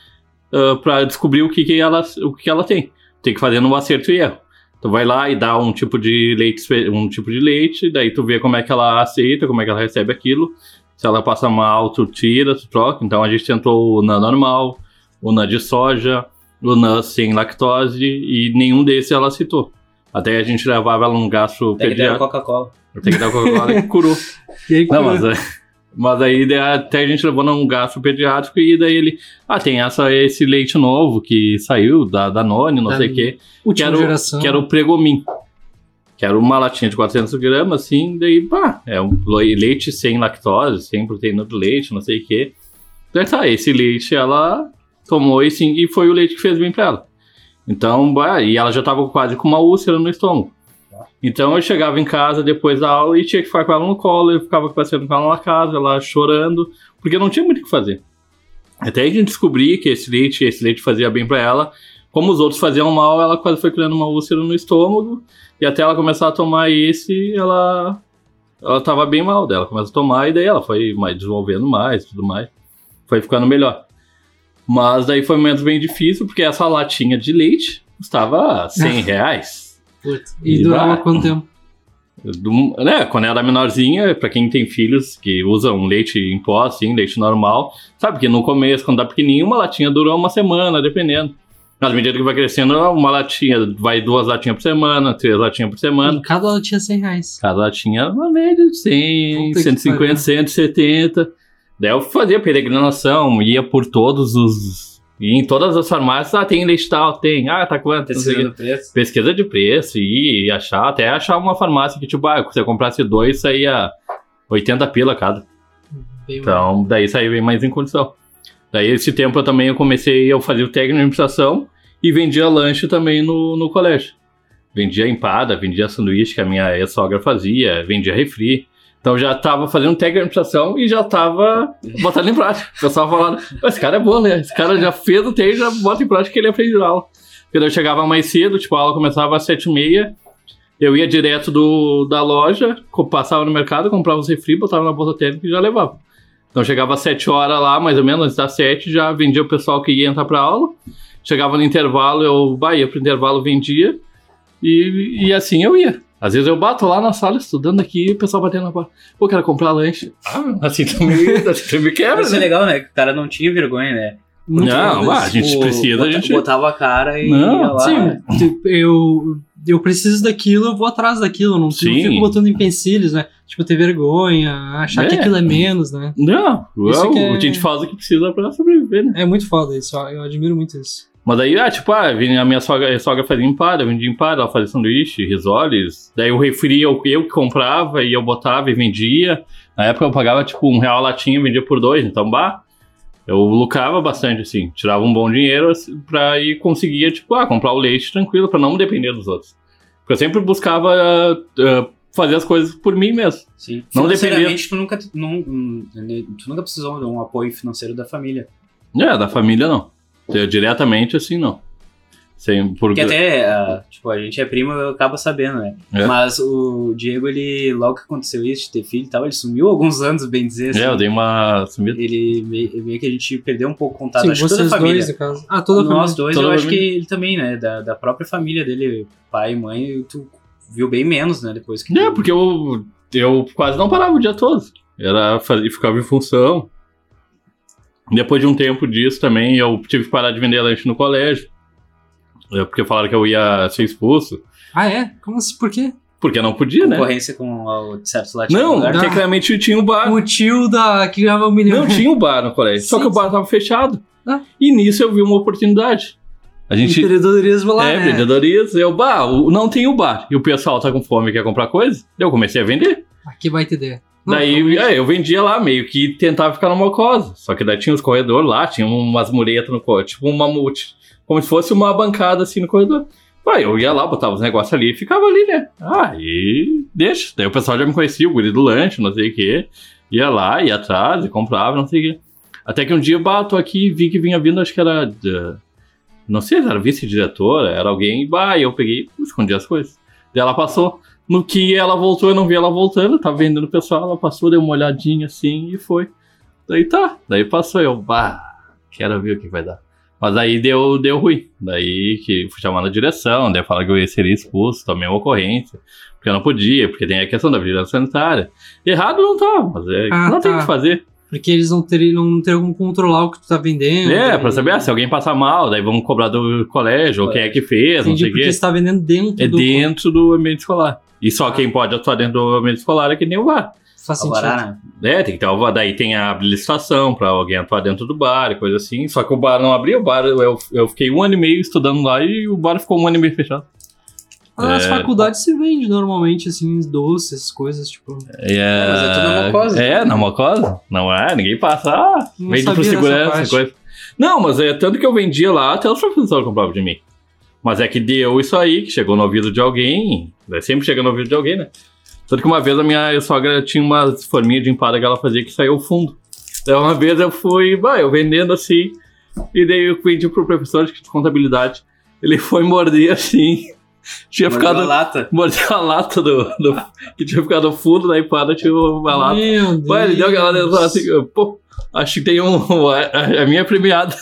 uh, pra descobrir o que que ela, o que ela tem. Tem que fazer no acerto e erro. Tu vai lá e dá um tipo de leite, um tipo de leite, daí tu vê como é que ela aceita, como é que ela recebe aquilo. Se ela passa mal, tu tira, tu troca. Então a gente tentou o N A normal, o N A de soja, o N A sem lactose e nenhum desses ela aceitou. Até a gente levava ela num gastro Tem que dar pediátrico. Coca-Cola. Tem que dar Coca-Cola e curou. E aí, Não, mas, é- mas aí daí até a gente levou num gastro pediátrico e daí ele... Ah, tem essa, esse leite novo que saiu da Danone, não Da sei o quê. Que última era, o, geração. que era o Pregomin. Que era uma latinha de quatrocentos gramas, assim, daí, pá, é um leite sem lactose, sem proteína do leite, não sei o quê. Daí tá, esse leite ela tomou e, sim, e foi o leite que fez bem pra ela. Então, bah, e ela já tava quase com uma úlcera no estômago. Então eu chegava em casa depois da aula e tinha que ficar com ela no colo, eu ficava passeando com ela na casa, ela chorando, porque não tinha muito o que fazer. Até a gente descobrir que esse leite, esse leite fazia bem pra ela, como os outros faziam mal, ela quase foi criando uma úlcera no estômago, e até ela começar a tomar esse, ela ela tava bem mal dela, começou a tomar e daí ela foi mais desenvolvendo mais, tudo mais, foi ficando melhor. Mas daí foi um momento bem difícil, porque essa latinha de leite custava cem reais. Putz. E, E durava vai. quanto tempo? Do, né, quando ela era menorzinha, pra quem tem filhos que usam leite em pó, assim, leite normal, sabe que no começo, quando tá pequenininho, uma latinha dura uma semana, dependendo. Mas à medida que vai crescendo, uma latinha, vai duas latinhas por semana, três latinhas por semana. E cada latinha cem reais. Cada latinha era uma média de cem, Puta que cento e cinquenta, pariu. cento e setenta. Daí eu fazia peregrinação, ia por todos os... ia em todas as farmácias, ah, tem leite tal, tem, ah, tá quanto? Não sei o quê. Pesquisando preço. Pesquisa de preço e, e achar, até achar uma farmácia que, tipo, ah, se eu comprasse dois, saía oitenta pila cada. Bem Então, daí saía bem mais em condição. Daí, esse tempo eu também eu comecei, eu fazia o técnico de administração e vendia lanche também no, no colégio. Vendia empada, vendia sanduíche que a minha ex-sogra fazia, vendia refri. Então já tava fazendo técnico de administração e já tava botando em prática. O pessoal falando, esse cara é bom, né? Esse cara já fez o técnico, já bota em prática que ele aprende na aula. Porque daí eu chegava mais cedo, tipo, a aula começava às sete e meia, eu ia direto do, da loja, co- passava no mercado, comprava os refri, botava na bolsa térmica e já levava. Então chegava às sete horas lá, mais ou menos, antes das sete, já vendia o pessoal que ia entrar pra aula. Chegava no intervalo, eu bah, ia pro intervalo, vendia, e, e assim eu ia. Às vezes eu bato lá na sala estudando aqui e o pessoal batendo na porta. Pô, quero comprar lanche. Ah, assim tu me, assim tu me quebra, Isso é né? legal, né? Que o cara não tinha vergonha, né? Muito Não, bom. ah, a gente Tipo, precisa, a bota- gente... Botava a cara e Não, ia lá. Sim, tipo, eu, eu preciso daquilo, eu vou atrás daquilo. Eu não, não Sim. fico botando empecilhos, né? Tipo, ter vergonha, achar É. que aquilo é menos, né? Não, Isso uau, que é- a gente faz o que precisa pra sobreviver, né? É muito foda isso, ó, eu admiro muito isso. Mas daí, ah, tipo, ah, vinha- a minha sogra, a sogra fazia empada, eu vendia empada, ela fazia sanduíche, risoles. Daí o refri eu, eu que comprava e eu botava e vendia. Na época eu pagava, tipo, um real a latinha e vendia por dois. Então, bah, eu lucrava bastante, assim. Tirava um bom dinheiro assim, pra ir conseguia, tipo, ah, comprar o leite tranquilo, pra não depender dos outros. Porque eu sempre buscava ah, fazer as coisas por mim mesmo. Sim. Não Financeiramente, tu nunca, não, hum, tu nunca precisou de um apoio financeiro da família. É, da família não. Eu, diretamente, assim, não. Sem, por... Porque até, ah, tipo, a gente é primo, eu acabo sabendo, né? É. Mas o Diego, ele, logo que aconteceu isso, de ter filho e tal, ele sumiu alguns anos, bem dizer, assim. É, eu dei uma sumida. Ele meio, meio que a gente perdeu um pouco o contato. Sim, Acho que toda a vocês família. dois, no caso. Ah, toda a Nós família. dois, Toda eu a acho que família. ele também, né? Da, da própria família dele, pai e mãe, tu viu bem menos, né? Depois que. É, tu- porque eu, eu quase não parava o dia todo. Era fazer, ficava em função. Depois de um tempo disso também, eu tive que parar de vender lanche no colégio. É porque falaram que eu ia ser expulso. Ah, é? Como assim? Por quê? Porque não podia, né? Concorrência com o certo lá. Tinha Não, lugar. tecnicamente tinha um bar. O tio da, que ganhava um milhão. Não tinha um bar no colégio, só Sim, que o bar tava fechado. Ah. E nisso eu vi uma oportunidade. A gente... Empreendedorismo lá, É, né? vendedorias. Eu, bah, o- não tem o bar. E o pessoal tá com fome e quer comprar coisa. Eu comecei a vender. Aqui vai ter ideia. Não, Daí é, eu vendia lá, meio que tentava ficar numa cosa. Só que daí tinha os corredores lá, tinha umas muretas no corredor, tipo uma multi. Como se fosse uma bancada assim no corredor. Aí eu ia lá, botava os negócios ali e ficava ali, né? Ah, e deixa. Daí o pessoal já me conhecia, o guri do lanche, não sei o quê. Ia lá, ia atrás e comprava, não sei o quê. Até que um dia eu bato aqui e vi que vinha vindo, acho que era. De, não sei se era vice-diretora, era alguém. Bah, e eu peguei, escondi as coisas. Daí ela passou. No que ela voltou, eu não vi ela voltando, tava vendendo o pessoal, ela passou, deu uma olhadinha assim e foi. Daí tá, daí passou, eu, bah, quero ver o que vai dar. Mas aí deu, deu ruim, daí que fui chamar na direção, daí falaram que eu ia ser expulso, tomei uma ocorrência, porque eu não podia, porque tem a questão da vigilância sanitária. Errado não tá, mas é, Ah, não tá. tem o que fazer. Porque eles não teriam, não teriam como controlar o que tu tá vendendo. É, né? pra saber, ah, se alguém passar mal, daí vamos cobrar do colégio, ou quem é que fez, não Entendi, sei o porque quê. você tá vendendo dentro É do... dentro do ambiente escolar. E só Ah. quem pode atuar dentro do ambiente escolar é que nem o bar. Faz sentido. Alvará, né? É, tem que ter o daí tem a licitação pra alguém atuar dentro do bar e coisa assim. Só que o bar não abriu, o bar eu, eu fiquei um ano e meio estudando lá e o bar ficou um ano e meio fechado. Ah, nas É. faculdades se vende normalmente, assim, doces, essas coisas, tipo... É, Mas é tudo na mucosa. É, na mucosa. Não é, ninguém passa. Ah, Não vende pro sabia dessa segurança, parte. coisa. Não, mas é tanto que eu vendia lá, até os professores compravam de mim. Mas é que deu isso aí, que chegou no ouvido de alguém. Né? Sempre chega no ouvido de alguém, né? Tanto que uma vez a minha sogra tinha uma forminha de empada que ela fazia que saiu o fundo. Daí uma vez eu fui, bah, eu vendendo assim, e daí eu vendi pro professor de contabilidade. Ele foi morder assim, tinha Mordeu ficado... a lata. Mordeu a lata do, do... que tinha ficado no fundo da empada, tinha uma lata. Meu Deus. Pô, ele deu aquela dentada assim, pô, acho que tem um... A, a minha premiada.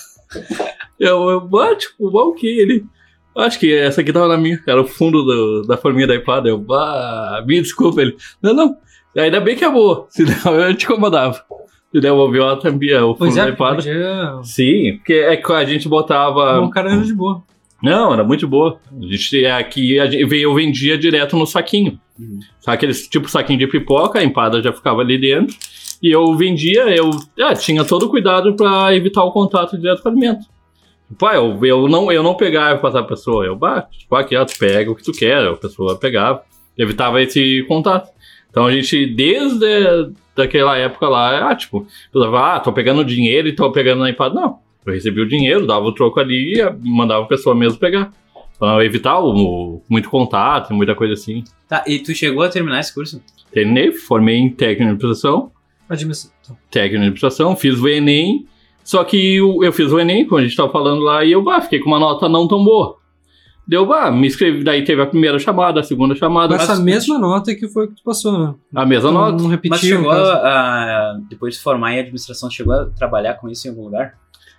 Eu, eu ah, tipo, o que ele... Acho que essa aqui tava na minha, era o fundo do, da forminha da empada. Eu, ah, me desculpa, ele. Não, não, ainda bem que é boa, senão eu te incomodava. E devolveu a tampinha, o fundo Pois da é, empada. podia... Sim, porque é que a gente botava... O cara era de boa. Não, era muito boa. A gente, aqui a gente, eu vendia direto no saquinho. Uhum. Sabe aqueles tipo saquinho de pipoca, a empada já ficava ali dentro. E eu vendia, eu ah, tinha todo o cuidado para evitar o contato direto com o alimento. Pai, eu, eu, não, eu não pegava e passava a pessoa, eu bato, tipo, aqui, ó, tu pega o que tu quer, a pessoa pegava, evitava esse contato. Então a gente, desde daquela época lá, ah, tipo, eu dava, ah, tô pegando dinheiro e tô pegando na empada. Não, eu recebia o dinheiro, dava o troco ali e mandava a pessoa mesmo pegar. Pra evitar o, o, muito contato, muita coisa assim. Tá, e tu chegou a terminar esse curso? Terminei, formei em técnico de administração, Administração. técnico de administração, fiz o Enem. Só que eu, eu fiz o Enem, como a gente tava falando lá, e eu bah, fiquei com uma nota não tão boa. Deu, bah, me inscrevi, daí teve a primeira chamada, a segunda chamada. Com essa mas- mesma nota que foi que tu passou, né? A mesma Não- nota. Não repetiu. Mas chegou no caso. a, depois de formar em administração, chegou a trabalhar com isso em algum lugar?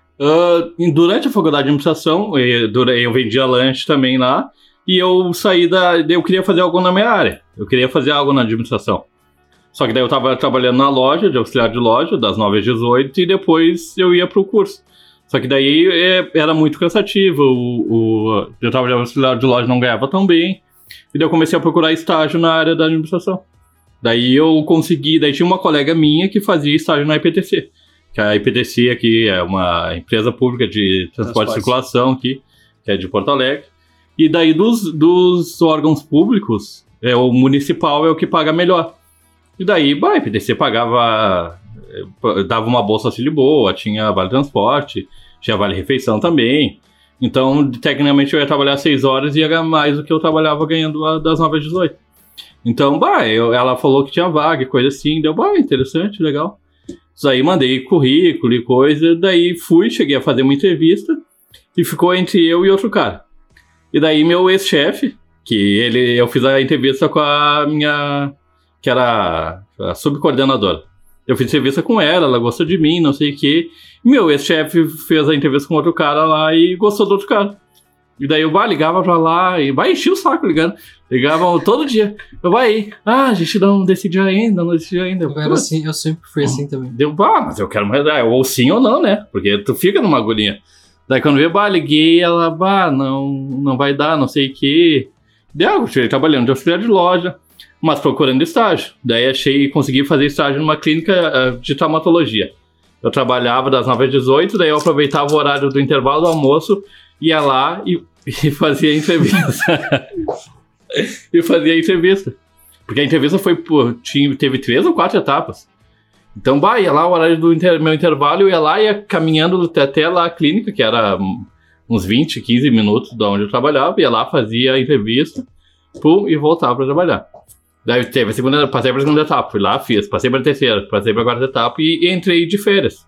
Ah, e durante a faculdade de administração, eu, dura- eu vendia lanche também lá, e eu saí da... Eu queria fazer algo na minha área. Eu queria fazer algo na administração. Só que daí eu tava trabalhando na loja, de auxiliar de loja, das nove às dezoito, e depois eu ia pro curso. Só que daí é, era muito cansativo, o, o, eu tava de auxiliar de loja, não ganhava tão bem, e daí eu comecei a procurar estágio na área da administração. Daí eu consegui, daí tinha uma colega minha que fazia estágio na I P T C, que a I P T C aqui é uma empresa pública de transporte Transporte. e circulação aqui, que é de Porto Alegre. E daí dos, dos órgãos públicos, é, o municipal é o que paga melhor. E daí, bah, a I P T C pagava, eh, dava uma bolsa auxílio boa, tinha vale transporte, tinha vale refeição também. Então, tecnicamente, eu ia trabalhar seis horas e ia ganhar mais do que eu trabalhava ganhando a- das nove às dezoito. Então, bah, eu, ela falou que tinha vaga e coisa assim, deu, bah, interessante, legal. Isso aí, mandei currículo e coisa, daí fui, cheguei a fazer uma entrevista e ficou entre eu e outro cara. E daí, meu ex-chefe, que ele, eu fiz a entrevista com a minha... que era a subcoordenadora. Eu fiz entrevista com ela, ela gostou de mim, não sei o quê. E meu ex-chefe fez a entrevista com outro cara lá e gostou do outro cara. E daí eu bah, ligava pra lá e vai encher o saco ligando. Ligavam todo dia. Eu vai, ah, a gente não decidiu ainda, não decidiu ainda. Eu, era assim, eu sempre fui assim também. Deu, bah, mas eu quero mais, ah, ou sim ou não, né? Porque tu fica numa agulhinha. Daí quando veio, bah, liguei, ela, bah, não, não vai dar, não sei o que. Daí eu fiquei trabalhando de auxiliar de loja, mas procurando estágio. Daí achei, consegui fazer estágio numa clínica uh, de traumatologia. Eu trabalhava das nove às dezoito, daí eu aproveitava o horário do intervalo do almoço, ia lá e, e fazia entrevista. e fazia entrevista. Porque a entrevista foi, pô, tinha, teve três ou quatro etapas. Então, bah, ia lá o horário do inter, meu intervalo, eu ia lá, ia caminhando até lá a clínica, que era uns vinte, quinze minutos de onde eu trabalhava, ia lá, fazia a entrevista, pum, e voltava para trabalhar. Daí teve a segunda, passei para a segunda etapa, fui lá, fiz, passei para a terceira, passei para a quarta etapa e, e entrei de férias.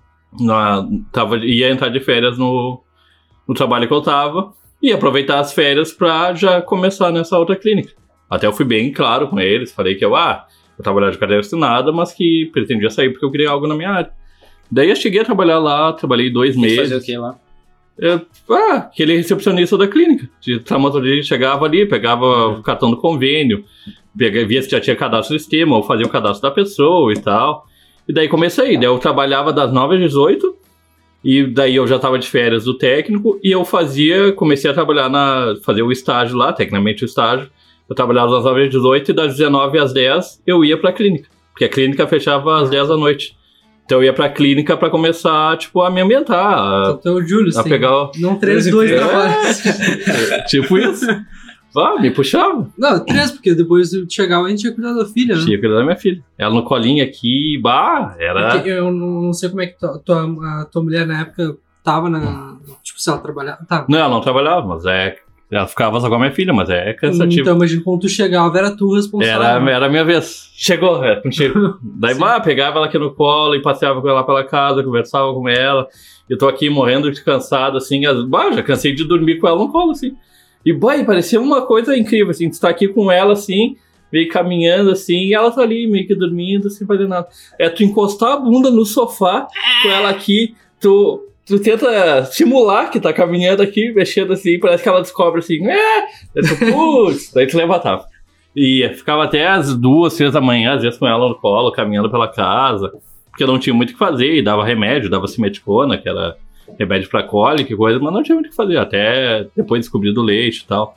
Na, tava, ia entrar de férias no, no trabalho que eu tava e aproveitar as férias para já começar nessa outra clínica. Até eu fui bem claro com eles, falei que eu, ah, eu trabalhava de carteira assinada, mas que pretendia sair porque eu queria algo na minha área. Daí eu cheguei a trabalhar lá, trabalhei dois meses. Fazer o que lá? Eu, ah, aquele recepcionista da clínica, de traumatologia, chegava ali, pegava uhum. o cartão do convênio, pegava, via se já tinha cadastro no sistema, ou fazia o cadastro da pessoa e tal. E daí comecei, daí eu trabalhava das nove às dezoito, e daí eu já estava de férias do técnico, e eu fazia, comecei a trabalhar na, fazer o estágio lá, tecnicamente o estágio. Eu trabalhava das nove às dezoito e das dezenove às dez eu ia pra clínica. Porque a clínica fechava às dez da noite. Então eu ia pra clínica pra começar, tipo, a me ambientar. Então o Júlio, a sim. pegar o... Não três, dois trabalhos. Tipo isso. Vá, me puxava. Não, três, porque depois eu chegava a gente ia cuidar da filha, né? Tinha que cuidar da minha filha. Ela no colinho aqui, bah, era... Porque eu não sei como é que tua, tua, a tua mulher na época tava na... Tipo, se ela trabalhava... Tava. Não, ela não trabalhava, mas é... Ela ficava só com a minha filha, mas é cansativo. Então, imagina, quando tu chegava, era tu responsável. Era, era a minha vez. Chegou, é, contigo. Daí, bah, pegava ela aqui no colo e passeava com ela pela casa, conversava com ela. Eu tô aqui morrendo de cansado, assim. As, bah, já cansei de dormir com ela no colo, assim. E, bah, e parecia uma coisa incrível, assim. Tu tá aqui com ela, assim, meio caminhando, assim, e ela tá ali, meio que dormindo, sem fazer nada. É tu encostar a bunda no sofá com ela aqui, tu... Tu tenta simular que tá caminhando aqui, mexendo assim, parece que ela descobre assim, é, daí tu, putz, daí tu levantava. E ficava até as duas, três da manhã, às vezes com ela no colo, caminhando pela casa, porque eu não tinha muito o que fazer, e dava remédio, dava simeticona, que era remédio pra cólica e coisa, mas não tinha muito o que fazer, até depois descobri do leite e tal.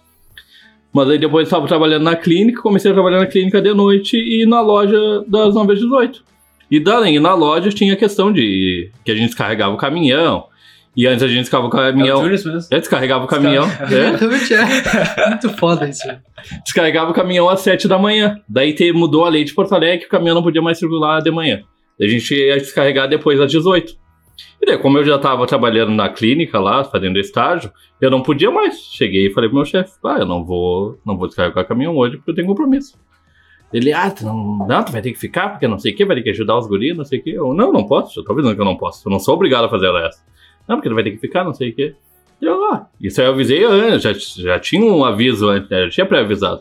Mas aí depois eu estava trabalhando na clínica, comecei a trabalhar na clínica de noite e na loja das nove às dezoito. E daí, na loja tinha a questão de que a gente descarregava o caminhão. E antes a gente descarregava o caminhão. É, descarregava o caminhão. Realmente é. Muito foda isso. Descarregava o caminhão às sete da manhã. Daí te, mudou a lei de Porto Alegre que o caminhão não podia mais circular de manhã. A gente ia descarregar depois às dezoito. E daí, como eu já estava trabalhando na clínica lá, fazendo estágio, eu não podia mais. Cheguei e falei pro meu chefe, ah, eu não vou, não vou descarregar o caminhão hoje porque eu tenho compromisso. Ele, ah, tu não, não, tu vai ter que ficar, porque não sei o que, vai ter que ajudar os guris, não sei o que. Eu, não, não posso, eu tô avisando que eu não posso. Eu não sou obrigado a fazer essa. Não, porque tu vai ter que ficar, não sei o que. E eu, ah, isso aí eu avisei antes, já, já tinha um aviso antes, já tinha pré-avisado.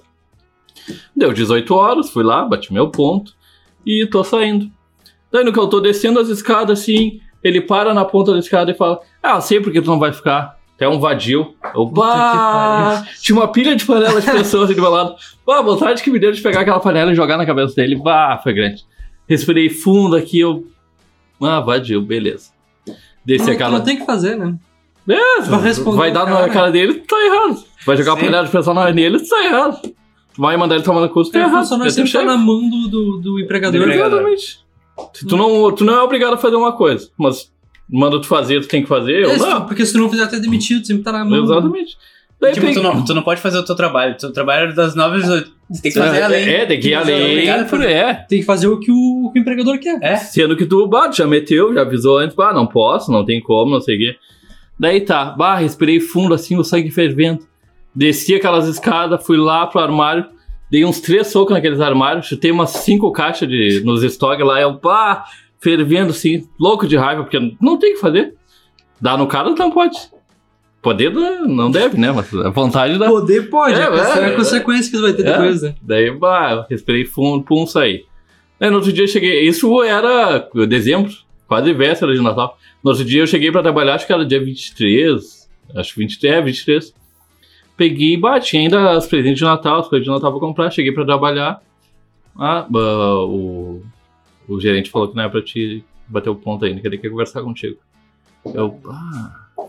Deu dezoito horas, fui lá, bati meu ponto e tô saindo. Daí no que eu tô descendo as escadas, assim, ele para na ponta da escada e fala, ah, eu sei porque tu não vai ficar. Até um vadio. Eu, bah, tinha uma pilha de panela de pessoas ali do meu lado. Bah, a vontade que me deu de pegar aquela panela e jogar na cabeça dele. Bah, foi grande. Respirei fundo aqui, eu... Ah, vadio, beleza. Desci não, aquela... não tem que fazer, né? É, vai, vai dar cara. Na cara dele, tá errado. Vai jogar Sim. a panela de pessoal nele, tá errado. Vai mandar ele tomar no curso, tá é, errado. O funcionário sempre tá na mão do, do, do empregador. Do empregador. Exatamente. Tu não, tu não é obrigado a fazer uma coisa, mas... Manda tu fazer, tu tem que fazer, ou não? Porque se tu não fizer, tu é demitido, sempre tá na mão. Exatamente. Daí tipo, tem... tu, não, tu não pode fazer o teu trabalho. O teu trabalho é das nove às oito. Você tem que fazer é, além. É, tem que ir além. É. Tem que fazer o que o, o, que o empregador quer. É. Sendo que tu, bah, já meteu, já avisou antes, bah, não posso, não tem como, não sei o quê. Daí tá, bah, respirei fundo assim, o sangue fervendo. Desci aquelas escadas, fui lá pro armário, dei uns três socos naqueles armários, chutei umas cinco caixas de, nos estoques lá, eu, bah, fervendo assim, louco de raiva, porque não tem o que fazer. Dá no cara, não pode. Poder não deve, né? Mas a vontade dá. Poder pode, é, essa é, é a é, consequência que vai ter é, depois, né? Daí, bah, respirei fundo, pum, saí. Aí, no outro dia eu cheguei, isso era dezembro, quase véspera de Natal. No outro dia eu cheguei pra trabalhar, acho que era dia vinte e três, acho que vinte e três, é, vinte e três. Peguei e bati ainda os presentes de Natal, as coisas de Natal pra comprar, cheguei pra trabalhar. Ah, uh, o, o gerente falou que não é pra te bater o ponto ainda, que ele quer conversar contigo. Eu, ah,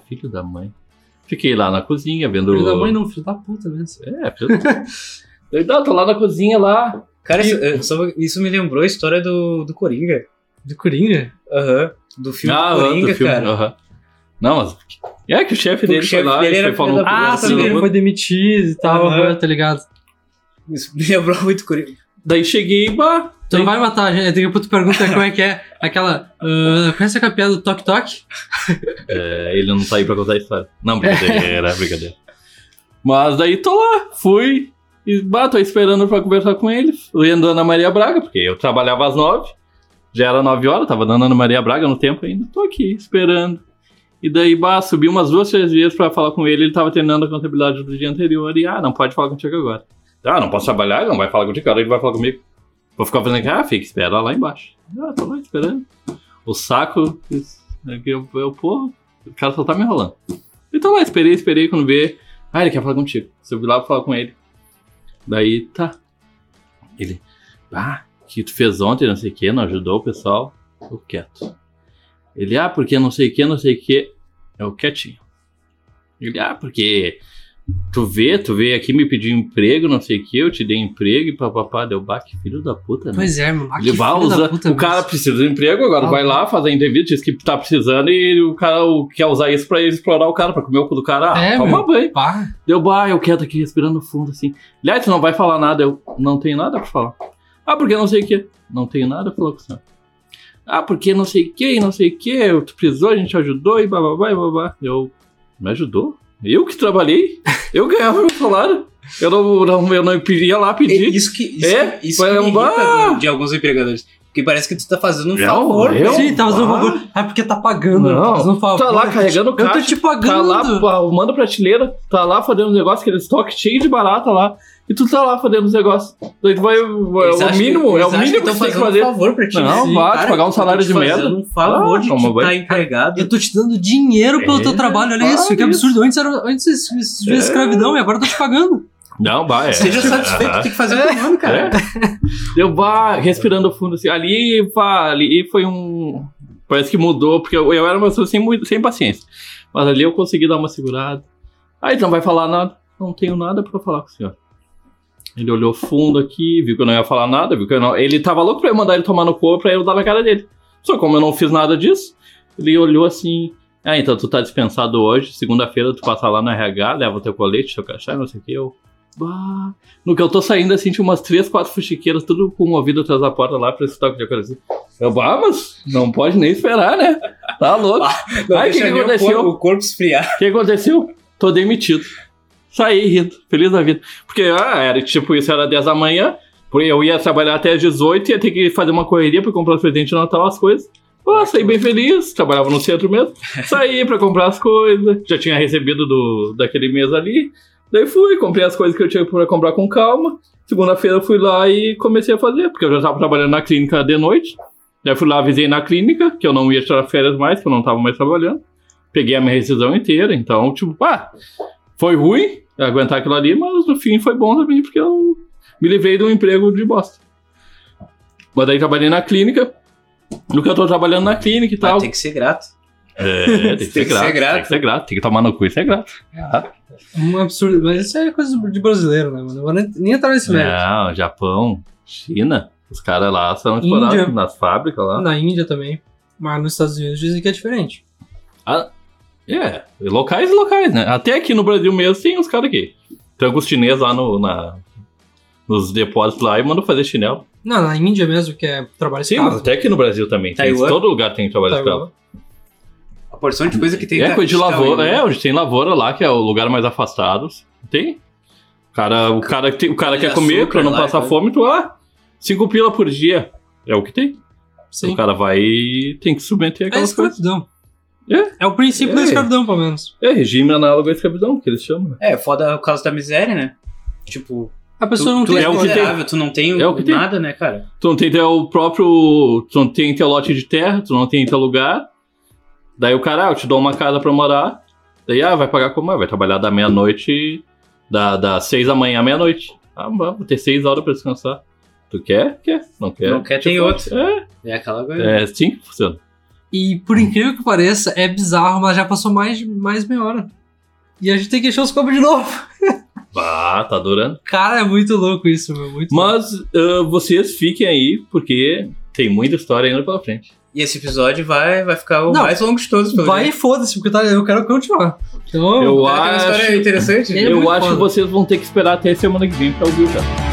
filho da mãe. Fiquei lá na cozinha vendo... Filho da mãe não, filho da puta mesmo. É, filho da... Daí, não, tô lá na cozinha lá. Cara, isso, só- isso me lembrou a história do, do Coringa. Do Coringa? Aham. Do filme Ah, do Coringa, do filme, cara. aham. Não, mas... É que o chefe Porque dele o foi chefe lá dele e era foi filho falando... da Ah, puta, sim, né? ele foi demitido e tal, Aham. aham, tá ligado? Isso me lembrou muito Coringa. Daí cheguei, bah... Tu não vai matar a gente, daqui a pouco tu pergunta como é que é aquela... Uh, conhece a piada do Tok Tok? É, ele não tá aí pra contar a história. Não, brincadeira, brincadeira. Mas daí tô lá, fui... E bah, tô esperando pra conversar com ele. Fui andando Ana Maria Braga, porque eu trabalhava às nove. Já era nove horas, tava dando Ana Maria Braga no tempo ainda. Tô aqui, esperando. E daí, bah, subi umas duas, três vezes pra falar com ele. Ele tava terminando a contabilidade do dia anterior. E, ah, não pode falar contigo agora. Ah, não posso trabalhar, ele não vai falar contigo, agora ele vai falar comigo. Vou ficar fazendo aqui, ah, fica, espera lá embaixo. Ah, tô lá esperando. O saco, eu, eu, porra, o cara só tá me enrolando. E tô lá, esperei, esperei, quando vê, ah, ele quer falar contigo. Subi lá pra falar com ele. Daí, tá. Ele, ah, o que tu fez ontem, não sei o que, não ajudou o pessoal. Eu quieto. Ele, ah, porque não sei o que, não sei o que. Eu quietinho. Ele, ah, porque tu vê, tu veio aqui me pedir emprego, não sei o que, eu te dei emprego e papapá, deu baque, filho da puta, né? Pois é, mano. Ah, que Ele vai filho da usar, puta o cara mesmo. precisa de emprego, agora Ah, vai lá fazer a entrevista, diz que tá precisando e o cara o- quer usar isso pra explorar o cara, pra comer o cu do cara. Ah, É, toma meu. banho. Pá. Deu bah, eu quieto aqui, respirando fundo assim. Aliás, tu não vai falar nada, eu não tenho nada pra falar. Ah, porque não sei o que. Não tenho nada pra falar com o senhor. Ah, porque não sei o que, não sei o que, tu precisou, a gente ajudou e bababá e babá. Eu, me ajudou? Eu que trabalhei? Eu ganhava meu salário. Eu não, não, eu não ia lá É pedir. isso que, isso É, que, isso foi que me um irrita bar. de alguns empregadores. Porque parece que tu tá fazendo um Não, favor. eu? velho. Sim, tá fazendo um Ah. favor. Ah, porque tá pagando. Não, tá fazendo um favor. tá lá carregando Eu tô caixa, te pagando. Tá lá pô, arrumando prateleira, tá lá fazendo uns negócios, aquele estoque cheio de barata lá. E tu tá lá fazendo os negócios. Daí tu vai. É Eles o acham mínimo, que- é o eles acham mínimo que tão tu tem que fazendo fazer. um favor pra ti. Não, Sim, vai, cara, te pagar um salário eu tô de te merda. fazendo um favor Ah, de toma te banho. estar empregado. Eu tô te dando dinheiro pelo É, teu trabalho, olha ah, isso, que isso. absurdo. Antes era antes isso, isso É. era escravidão e agora eu tô te pagando. Não, vai. É. Seja satisfeito, tem que fazer o teu nome, cara. Deu bah, respirando fundo assim. Ali, pá, ali foi um. Parece que mudou, porque eu, eu era uma pessoa sem, muito- sem paciência. Mas ali eu consegui dar uma segurada. Aí não vai falar nada. Não tenho nada pra falar com o senhor. Ele olhou fundo aqui, viu que eu não ia falar nada, viu que eu não. Ele tava louco pra eu mandar ele tomar no cu pra eu dar na cara dele. Só como eu não fiz nada disso, ele olhou assim. Ah, então tu tá dispensado hoje, segunda-feira tu passa lá no R H, leva o teu colete, teu cachê, não sei o que, eu... Bah. No que eu tô saindo assim, tinha umas três, quatro fuxiqueiras, tudo com o ouvido atrás da porta lá pra escutar o que tinha acontecido. Eu, bah, mas não pode nem esperar, né? Tá louco. Não Ai, o que, deixa que nem o aconteceu? corpo- o corpo esfriar. O que aconteceu? Tô demitido. Saí rindo, feliz da vida. Porque, ah, era tipo, isso era dez da manhã, porque eu ia trabalhar até às dezoito, ia ter que fazer uma correria pra comprar os presentes de Natal, as coisas. Pô, saí bem feliz, trabalhava no centro mesmo. Saí pra comprar as coisas, já tinha recebido do, daquele mês ali. Daí fui, comprei as coisas que eu tinha pra comprar com calma. Segunda-feira eu fui lá e comecei a fazer, porque eu já tava trabalhando na clínica de noite. Daí fui lá, avisei na clínica, que eu não ia tirar férias mais, que eu não tava mais trabalhando. Peguei a minha rescisão inteira, então, tipo, pá, foi ruim aguentar aquilo ali, mas no fim foi bom também, porque eu me livrei de um emprego de bosta. Mas daí trabalhei na clínica, no que eu tô trabalhando na clínica e tal. Mas tem que ser grato. É, tem que, ser, Tem que grato, ser grato. Tem que ser grato, tem que tomar no cu e ser grato. Ah. Um absurdo. Mas isso é coisa de brasileiro, né, mano? Eu vou nem, nem entrar nesse mérito. Não, Japão, China, os caras lá são Índia. explorados nas fábricas lá. Na Índia também. Mas nos Estados Unidos dizem que é diferente. Ah, é, locais e locais, né? Até aqui no Brasil mesmo tem uns caras aqui. Tranca os chineses lá no, na, nos depósitos lá e mandam fazer chinelo. Não, na Índia mesmo, que é trabalho Sim, escravo. mas até aqui no Brasil também. Tem, Taiwan? todo lugar tem trabalho Taiwan. escravo. A porção de coisa que tem. É, da- coisa de lavoura, Taiwan. é, onde tem lavoura lá, que é o lugar mais afastado. Tem. O cara, o cara, que tem- o cara Cana de quer comer açúcar pra não lá, passar então. fome, tu ah, cinco pila por dia. É o que tem. Sim. O cara vai e tem que submeter É aquelas coisas. escravidão. É. É o princípio É. da escravidão, pelo menos. É, regime análogo à escravidão, que eles chamam. É, foda o caso da miséria, né? Tipo, A pessoa tu, não tu tem é o que tem. vulnerável, tu não tem, É o que tem. nada, né, cara? Tu não tem teu próprio. Tu não tem teu lote de terra, tu não tem teu lugar. Daí o cara, ah, eu te dou uma casa pra morar. Daí, ah, vai pagar como? Ah, vai trabalhar da meia-noite, da, das seis da manhã à meia-noite. Ah, vou ter seis horas pra descansar. Tu quer? Quer. Não quer? Não quer, tem Tipo, outro. É, É aquela coisa. é assim que funciona. E por incrível que pareça, é bizarro, mas já passou mais de mais meia hora. E a gente tem que encher os copos de novo. Ah, tá adorando. Cara, é muito louco isso, meu. Muito Mas uh, vocês fiquem aí, porque tem muita história ainda pela frente. E esse episódio vai, vai ficar o Não, mais longo de todos. Pelo vai e jeito. foda-se, porque tá, eu quero continuar. Então, Eu Será que é uma acho, história interessante? É eu muito acho que foda. vocês vão ter que esperar até semana que vem pra ouvir, cara.